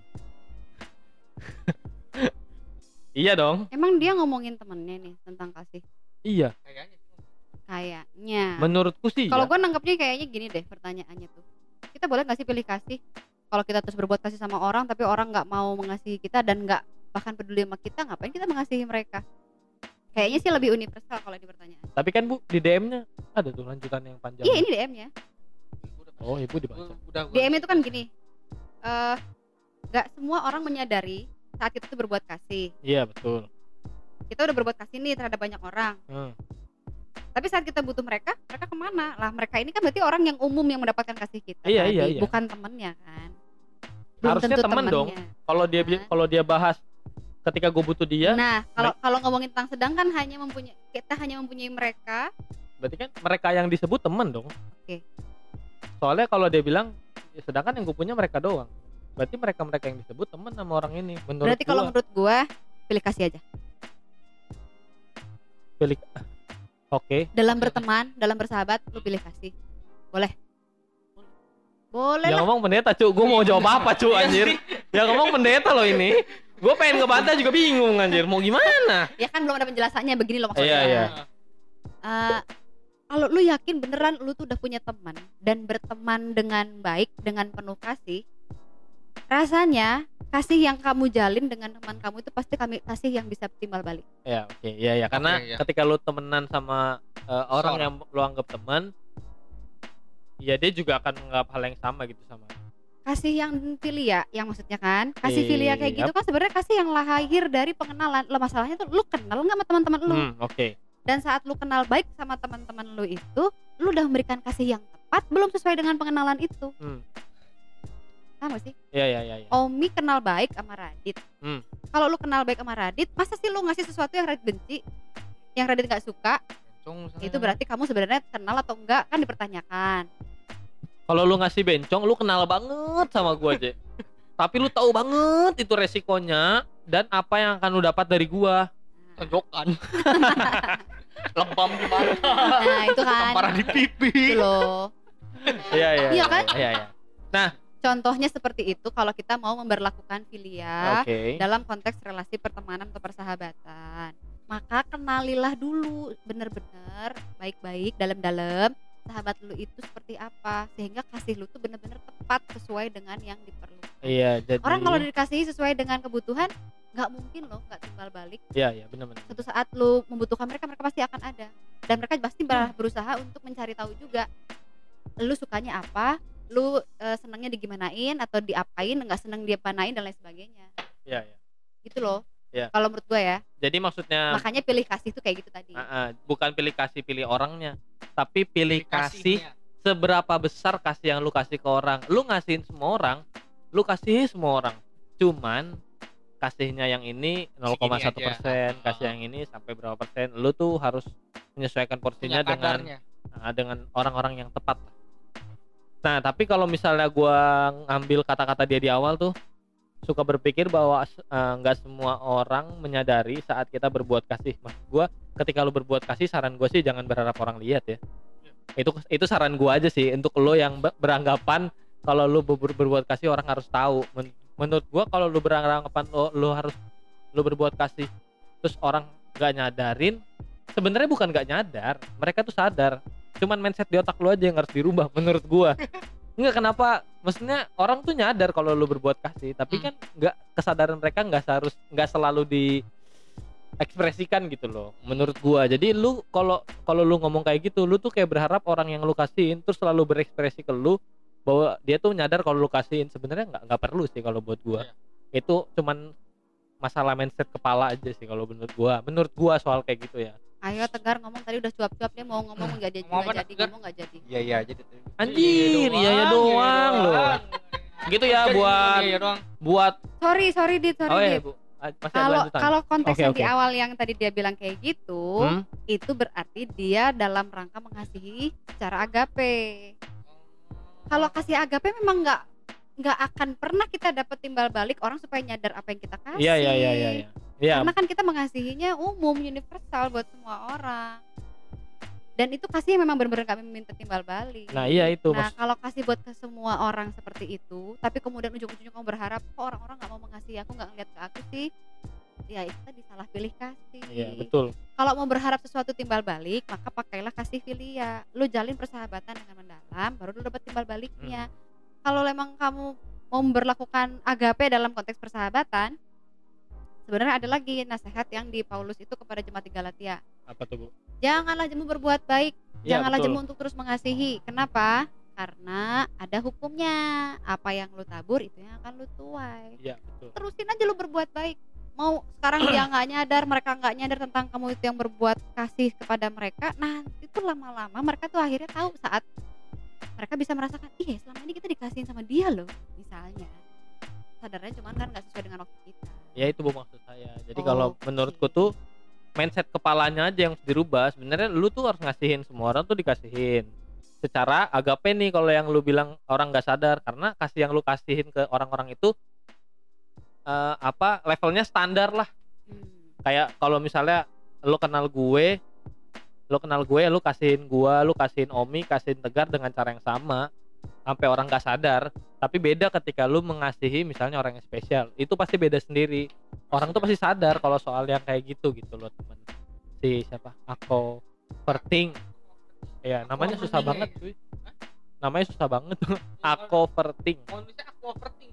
Iya dong. Emang dia ngomongin temennya nih tentang kasih? Iya, Kayaknya. menurutku sih Kalau ya. gue nanggapnya kayaknya gini deh pertanyaannya tuh. Kita boleh nggak sih pilih kasih? Kalau kita terus berbuat kasih sama orang, tapi orang nggak mau mengasihi kita dan nggak bahkan peduli sama kita, ngapain kita mengasihi mereka? Kayaknya sih lebih universal kalau di pertanyaan. Tapi kan Bu, di DM-nya ada tuh lanjutan yang panjang. Iya, ini DM-nya. Oh, Ibu dibaca. DM itu kan gini. Nggak semua orang menyadari saat kita tuh berbuat kasih. Iya, betul. Kita udah berbuat kasih nih terhadap banyak orang. Tapi saat kita butuh mereka kemana? Lah mereka ini kan berarti orang yang umum yang mendapatkan kasih kita. Iya, tadi, iya, iya. bukan temennya kan. Harusnya temen dong. Kalau dia Kan? kalau dia bahas ketika gue butuh dia, Nah, kalau ngomongin tentang sedang kan kita hanya mempunyai mereka. berarti kan mereka yang disebut temen dong. Oke. Soalnya kalau dia bilang ya, sedangkan yang gue punya mereka doang, berarti mereka yang disebut temen sama orang ini. Menurut Berarti kalau menurut gua pilih kasih aja. pilih. Oke. Dalam berteman, dalam bersahabat, lu pilih kasih. Boleh. Boleh Yang lah. ngomong pendeta cu, gue mau jawab apa cu anjir? Yang ngomong pendeta loh ini. Gue pengen ngebantah juga bingung anjir. Mau gimana? Ya kan belum ada penjelasannya, begini loh maksudnya. Iya, iya. Kalau lu yakin beneran lu tuh udah punya teman dan berteman dengan baik, dengan penuh kasih, rasanya kasih yang kamu jalin dengan teman kamu itu pasti kasih yang bisa timbal balik. Ya oke, iya karena Oke, iya. ketika lu temenan sama orang yang lu anggap teman, ya dia juga akan menganggap hal yang sama gitu sama. Kasih yang filia, yang maksudnya kan kasih filia kayak Yap. gitu kan sebenarnya kasih yang lahir dari pengenalan. Lah masalahnya tuh lu kenal nggak sama teman-teman lu? Oke. Dan saat lu kenal baik sama teman-teman lu itu, lu udah memberikan kasih yang tepat belum sesuai dengan pengenalan itu. Paham gak sih? Iya. Omi kenal baik sama Radit. Kalau lu kenal baik sama Radit, masa sih lu ngasih sesuatu yang Radit benci, yang Radit nggak suka? Itu berarti kamu sebenarnya kenal atau enggak kan dipertanyakan. Kalau lu ngasih bencong, lu kenal banget sama gua aja. Tapi lu tahu banget itu resikonya dan apa yang akan lu dapat dari gua. Tonjokan. Lebam di mana? Nah itu kan. Tamparan di pipi. Itu loh. Iya. Iya kan? Iya. Contohnya seperti itu kalau kita mau memberlakukan filia Oke. dalam konteks relasi pertemanan atau persahabatan. Maka kenalilah dulu bener-bener baik-baik dalam-dalam sahabat lu itu seperti apa sehingga kasih lu tuh bener-bener tepat sesuai dengan yang diperlukan. Iya, jadi Orang kalau dikasihi sesuai dengan kebutuhan nggak mungkin loh nggak timbal balik. Iya, benar. Suatu saat lu membutuhkan mereka pasti akan ada dan mereka pasti berusaha untuk mencari tahu juga lu sukanya apa, lu senangnya digimanain atau diapain, nggak seneng dia panain dan lain sebagainya. Iya. Gitu loh. Iya. Kalau menurut gue ya. Jadi maksudnya Makanya pilih kasih tuh kayak gitu tadi. bukan pilih kasih pilih orangnya, tapi pilih kasih Kasihnya. seberapa besar kasih yang lu kasih ke orang. Lu ngasihin semua orang, lu kasihin semua orang. Cuman kasihnya yang ini 0,1%, kasih yang ini sampai berapa persen. Lu tuh harus menyesuaikan porsinya Punya dengan kadarnya. dengan orang-orang yang tepat. Nah, tapi kalau misalnya gua ngambil kata-kata dia di awal tuh, suka berpikir bahwa nggak semua orang menyadari saat kita berbuat kasih. Maksud gua, ketika lu berbuat kasih, saran gua sih jangan berharap orang lihat ya. Itu saran gua aja sih untuk lo yang beranggapan kalau lu berbuat kasih orang harus tahu. Menurut gua kalau lu beranggapan lu berbuat kasih terus orang nggak nyadarin, sebenarnya bukan nggak nyadar, mereka tuh sadar. Cuman mindset di otak lu aja yang harus dirubah menurut gua. Enggak, kenapa? Maksudnya orang tuh nyadar kalau lu berbuat kasih, tapi kan nggak, kesadaran mereka nggak selalu diekspresikan gitu loh menurut gua. Jadi lu kalau lu ngomong kayak gitu, lu tuh kayak berharap orang yang lu kasihin terus selalu berekspresi ke lu bahwa dia tuh nyadar kalau lu kasihin. Sebenarnya nggak perlu sih kalau buat gua. Itu cuman masalah mindset kepala aja sih kalau menurut gua soal kayak gitu ya. Ayo Tegar ngomong, tadi udah cuap-cuap, dia mau ngomong nggak jadi, Ngomong apa, nggak jadi, Tegar? ngomong nggak jadi. Iya jadi Anjir, iya doang loh. Gitu ya buat Sorry Dit, oh ya Dit. Bu. Masih ada lanjutan. Kalau konteks Oke, yang di oke. awal yang tadi dia bilang kayak gitu, Hmm? itu berarti dia dalam rangka mengasihi secara agape. Kalau kasih agape memang nggak akan pernah kita dapat timbal balik orang supaya nyadar apa yang kita kasih. Iya. Iya. Karena kan kita mengasihinya umum, universal buat semua orang. Dan itu kasih memang benar-benar gak meminta timbal balik. Nah, iya itu. Nah, kalau kasih buat ke semua orang seperti itu, tapi kemudian ujung-ujungnya kamu berharap kok orang-orang nggak mau mengasihi aku, nggak ngeliat ke aku sih, ya itu tadi salah pilih kasih. Iya, betul. Kalau mau berharap sesuatu timbal balik, maka pakailah kasih filia. Lu jalin persahabatan dengan mendalam, baru lu dapat timbal baliknya. Kalau memang kamu mau memperlakukan agape dalam konteks persahabatan, sebenarnya ada lagi nasihat yang di Paulus itu kepada jemaat di Galatia. Apa tuh, Bu? Janganlah jemu berbuat baik, Iya, janganlah betul. jemu untuk terus mengasihi. Kenapa? Karena ada hukumnya. Apa yang lu tabur itu yang akan lu tuai. Iya, betul. Terusin aja lu berbuat baik. Mau sekarang dia nggak nyadar, mereka nggak nyadar tentang kamu itu yang berbuat kasih kepada mereka. Nah, itu lama-lama mereka tuh akhirnya tahu saat mereka bisa merasakan, iya selama ini kita dikasihin sama dia loh, misalnya. Sadarnya cuman kan nggak sesuai dengan waktu kita. Ya itu Bu maksud saya. Jadi Oh, kalau oke. menurutku tuh mindset kepalanya aja yang harus dirubah. Sebenarnya lu tuh harus ngasihin, semua orang tuh dikasihin. Secara agape nih kalau yang lu bilang orang nggak sadar, karena kasih yang lu kasihin ke orang-orang itu levelnya standar lah. Kayak kalau misalnya lu kenal gue, lu kasihin gua, lu kasihin Omi, kasihin Tegar dengan cara yang sama sampai orang nggak sadar. Tapi beda ketika lu mengasihi misalnya orang yang spesial, itu pasti beda sendiri. Orang tuh pasti sadar kalau soal yang kayak gitu loh teman. Si siapa? Ako Perting. Ya namanya susah banget cuy. Namanya susah banget. Ako Perting. Mau bisa aku overthink.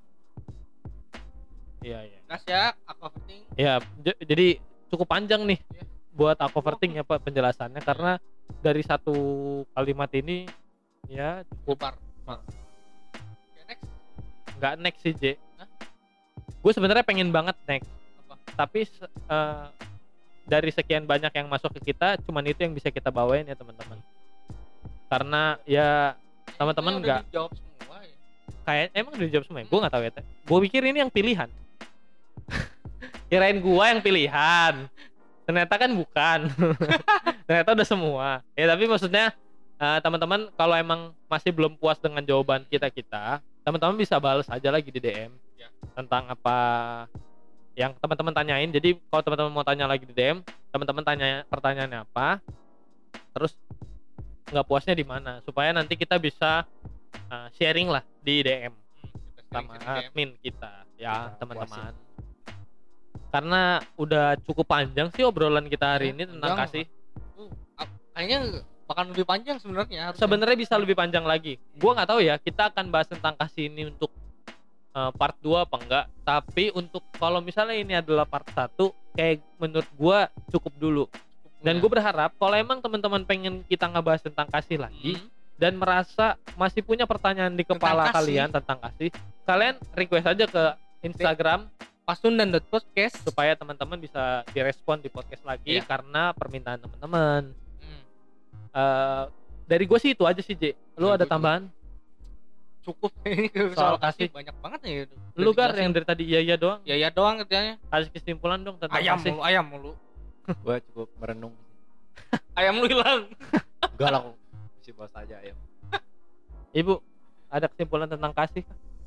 Iya. Gas ya, aku overthink. Ya, jadi cukup panjang nih Iya. buat aku overthink ya Pak penjelasannya, karena dari satu kalimat ini ya cukup Bubar. Oke, next. nggak next sih J. Hah? Gue sebenarnya pengen banget next, Apa? tapi dari sekian banyak yang masuk ke kita, cuman itu yang bisa kita bawain ya teman-teman. Karena ya teman-teman Ini nggak udah dijawab semua ya. kayak emang udah dijawab semua. Gue nggak tahu ya. Gue pikir ini yang pilihan. Kirain gua yang pilihan. Ternyata kan bukan. Ternyata udah semua. Ya tapi maksudnya teman-teman kalau emang masih belum puas dengan jawaban kita, teman-teman bisa balas aja lagi di DM Ya. tentang apa yang teman-teman tanyain. Jadi kalau teman-teman mau tanya lagi di DM, teman-teman tanya pertanyaannya apa, terus nggak puasnya di mana, supaya nanti kita bisa sharing lah di DM Kita sama sharing di DM. admin kita ya Kita teman-teman. Karena udah cukup panjang sih obrolan kita hari Ya, ini tentang panjang. kasih. Kayaknya bakal lebih panjang sebenarnya harusnya. Sebenarnya bisa lebih panjang lagi. Gua nggak tahu ya, kita akan bahas tentang kasih ini untuk part 2 apa enggak. Tapi untuk kalau misalnya ini adalah part 1, kayak menurut gua cukup dulu. Dan gue berharap kalau emang teman-teman pengen kita ngebahas tentang kasih lagi dan merasa masih punya pertanyaan di kepala kasih. kalian tentang kasih, kalian request aja ke Instagram pasundan.podcast. supaya teman-teman bisa direspon di podcast lagi Iya. karena permintaan teman-teman. Hmm, Dari gue sih itu aja sih J. Lu Dari ada gua tambahan? Cukup ini Soal soal kasih kasih. banyak banget ya. Lu Gar yang dari tadi iya doang. ya doang kerjanya. Kasih kesimpulan dong tentang kasih. Ayam mulu. Gua cukup merenung. Ayam lu hilang. Enggak lah, masih bos aja ya. Ibu, ada kesimpulan tentang kasih?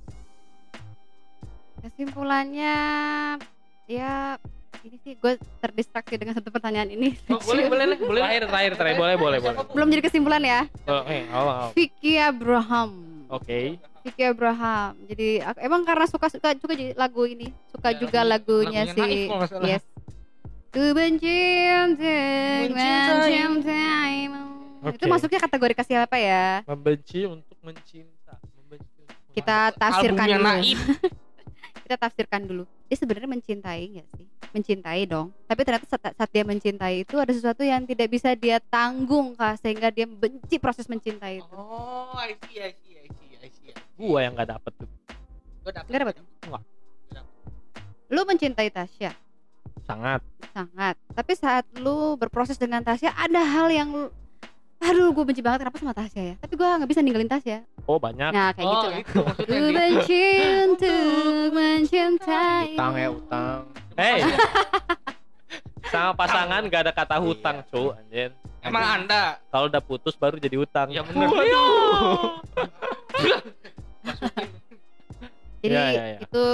Kesimpulannya ya ini sih gue terdistraksi dengan satu pertanyaan ini. Boleh. Terakhir. Boleh. Belum jadi kesimpulan ya. Awal. Vicky Abraham. Oke. Vicky Abraham. Jadi emang karena suka juga lagu ini, suka Ya, juga lagunya lagunya si Naif kalau nggak salah. Yes. Ku benci untuk mencintaimu. Oke. Itu masuknya kategori kasih apa ya? Membenci untuk mencinta. Kita tafsirkan Albumnya dulu. Naif. Kita tafsirkan dulu. Dia sebenarnya mencintai nggak sih? Mencintai dong. Tapi ternyata saat dia mencintai itu ada sesuatu yang tidak bisa dia tanggung, Kak, sehingga dia benci proses mencintai itu. Oh, I see. Gua yang nggak dapet tuh. Gua dapet. Nggak dapet? Nggak. Lu mencintai Tasya Sangat. sangat, tapi saat lu berproses dengan Tasya ada hal yang aduh gue benci banget kenapa sama Tasya ya, tapi gue nggak bisa ninggalin Tasya. Oh banyak. Nah kayak gitu lah. Itu maksudnya Ku benci untuk mencintai. Utang ya utang. Hey. Sama pasangan gak ada kata hutang, cu, anjir. Emang Anda? Kalau udah putus baru jadi hutang. Ya bener. Jadi Ya. itu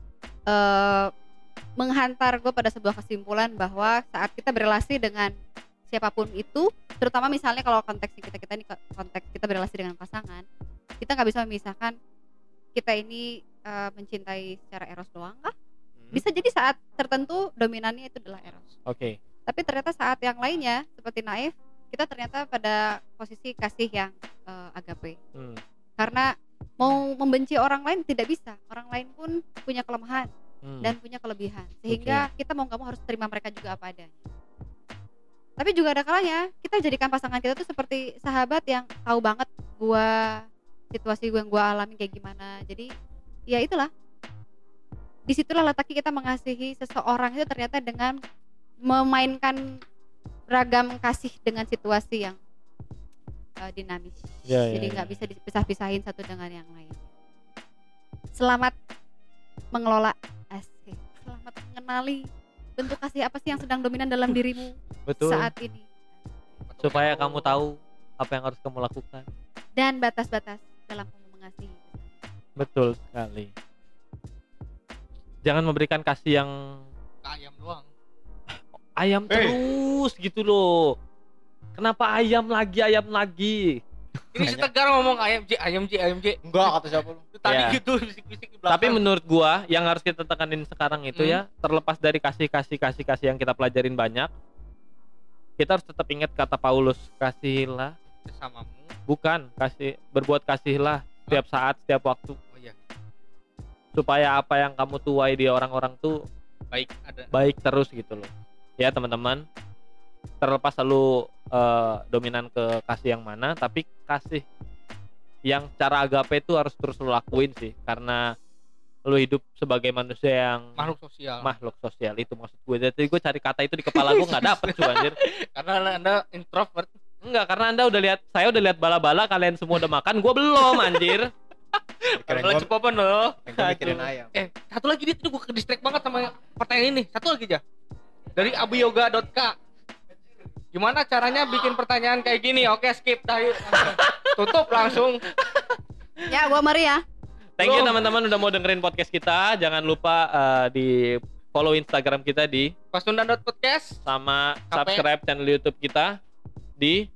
menghantar gue pada sebuah kesimpulan bahwa saat kita berrelasi dengan siapapun itu, terutama misalnya kalau konteks kita ini konteks kita berrelasi dengan pasangan, kita nggak bisa memisahkan kita ini mencintai secara eros doang kah? Bisa jadi saat tertentu dominannya itu adalah eros. Oke. Tapi ternyata saat yang lainnya seperti Naif, kita ternyata pada posisi kasih yang agape. Karena mau membenci orang lain tidak bisa. Orang lain pun punya kelemahan dan punya kelebihan. Sehingga kita mau nggak mau harus terima mereka juga apa adanya. Tapi juga ada kalanya kita jadikan pasangan kita tuh seperti sahabat yang tahu banget situasi yang gua alami kayak gimana. Jadi ya itulah. Disitulah letaknya kita mengasihi seseorang itu ternyata dengan memainkan ragam kasih dengan situasi yang dinamis. Jadi nggak bisa dipisah-pisahin satu dengan yang lain. Selamat mengelola asik. Selamat mengenali bentuk kasih apa sih yang sedang dominan dalam dirimu. Betul. Saat ini. Supaya kamu tahu apa yang harus kamu lakukan. Dan batas-batas dalam kamu mengasihi. Betul sekali. Jangan memberikan kasih yang Ayam doang. ayam terus gitu loh. Kenapa ayam lagi? Ini si Tegar ngomong ayam J. Enggak kata siapa lu? Itu tadi Ya. gitu bisik-bisik di belakang. Tapi menurut gua yang harus kita tekanin sekarang itu ya, terlepas dari kasih yang kita pelajarin banyak, kita harus tetap ingat kata Paulus, kasihilah, sesamamu. bukan berbuat kasihlah setiap saat, setiap waktu, Oh iya, supaya apa yang kamu tuai di orang-orang tuh baik ada. baik terus gitu loh. Ya teman-teman, terlepas lu dominan ke kasih yang mana, tapi kasih yang cara agape itu harus terus lu lakuin sih, karena lu hidup sebagai manusia yang makhluk sosial itu maksud gue. Jadi gue cari kata itu di kepala gue nggak dapet tuh anjir. Karena Anda introvert. Enggak, karena saya udah lihat bala-bala, kalian semua udah makan, gue belum anjir. Kalau cukupan loh. Gue mikirin ayam. Satu lagi dia tuh gue ke distract banget sama pertanyaan ini. Satu lagi aja. Dari abuyoga.k. Gimana caranya bikin pertanyaan kayak gini? Oke, skip dah yuk. Tutup langsung. Ya, gua Maria. Thank you teman-teman udah mau dengerin podcast kita. Jangan lupa di follow Instagram kita di pasundan.podcast sama KP. subscribe channel YouTube kita di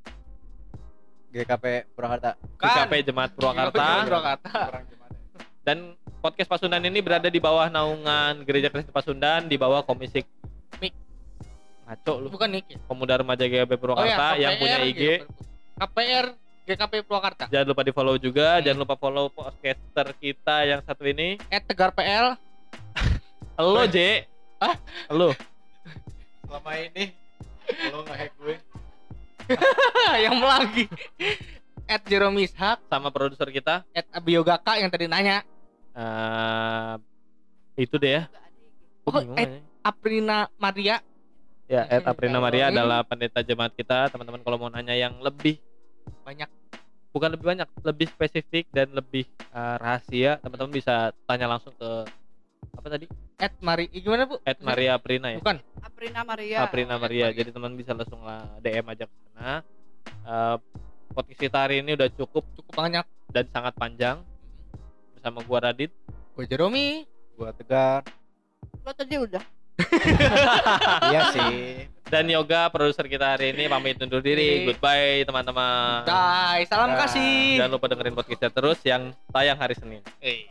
GKP Purwakarta. GKP Jemaat Purwakarta. Kurang gimana? Dan podcast Pasundan ini berada di bawah naungan Gereja Kristen Pasundan, di bawah Komisi Mik. Ngaco lu. Bukan Nick ya? Pemuda Remaja GKP Purwakarta yang punya IG. KPR GKP Purwakarta. Jangan lupa di follow juga. Jangan lupa follow podcaster kita yang satu ini. @tegarpl. Halo J. Hah? Halo. Selama ini lo nge-hack gue. Yang lagi. @jeromishak. Sama produser kita. @abiyogaka yang tadi nanya. Itu deh ya. Oh, Bingung aja. Aprina Maria. Ya, Aprina Maria adalah pendeta jemaat kita. Teman-teman kalau mau nanya yang lebih Banyak. bukan lebih banyak, lebih spesifik dan lebih rahasia, teman-teman bisa tanya langsung ke apa tadi? Gimana Bu? Maria Aprina ya. Bukan. Aprina Maria. Aprina Maria. Jadi teman bisa langsung DM aja ke sana. Podcast kita hari ini udah cukup Banyak. dan sangat panjang. Bersama gua Radit. Gue Jeromi. Gua Tegar. Lo tadi udah. Iya sih. Dan Yoga produser kita hari ini pamit undur diri. Goodbye teman-teman. Bye. Salam Bye. kasih. Jangan lupa dengerin podcast kita terus yang tayang hari Senin.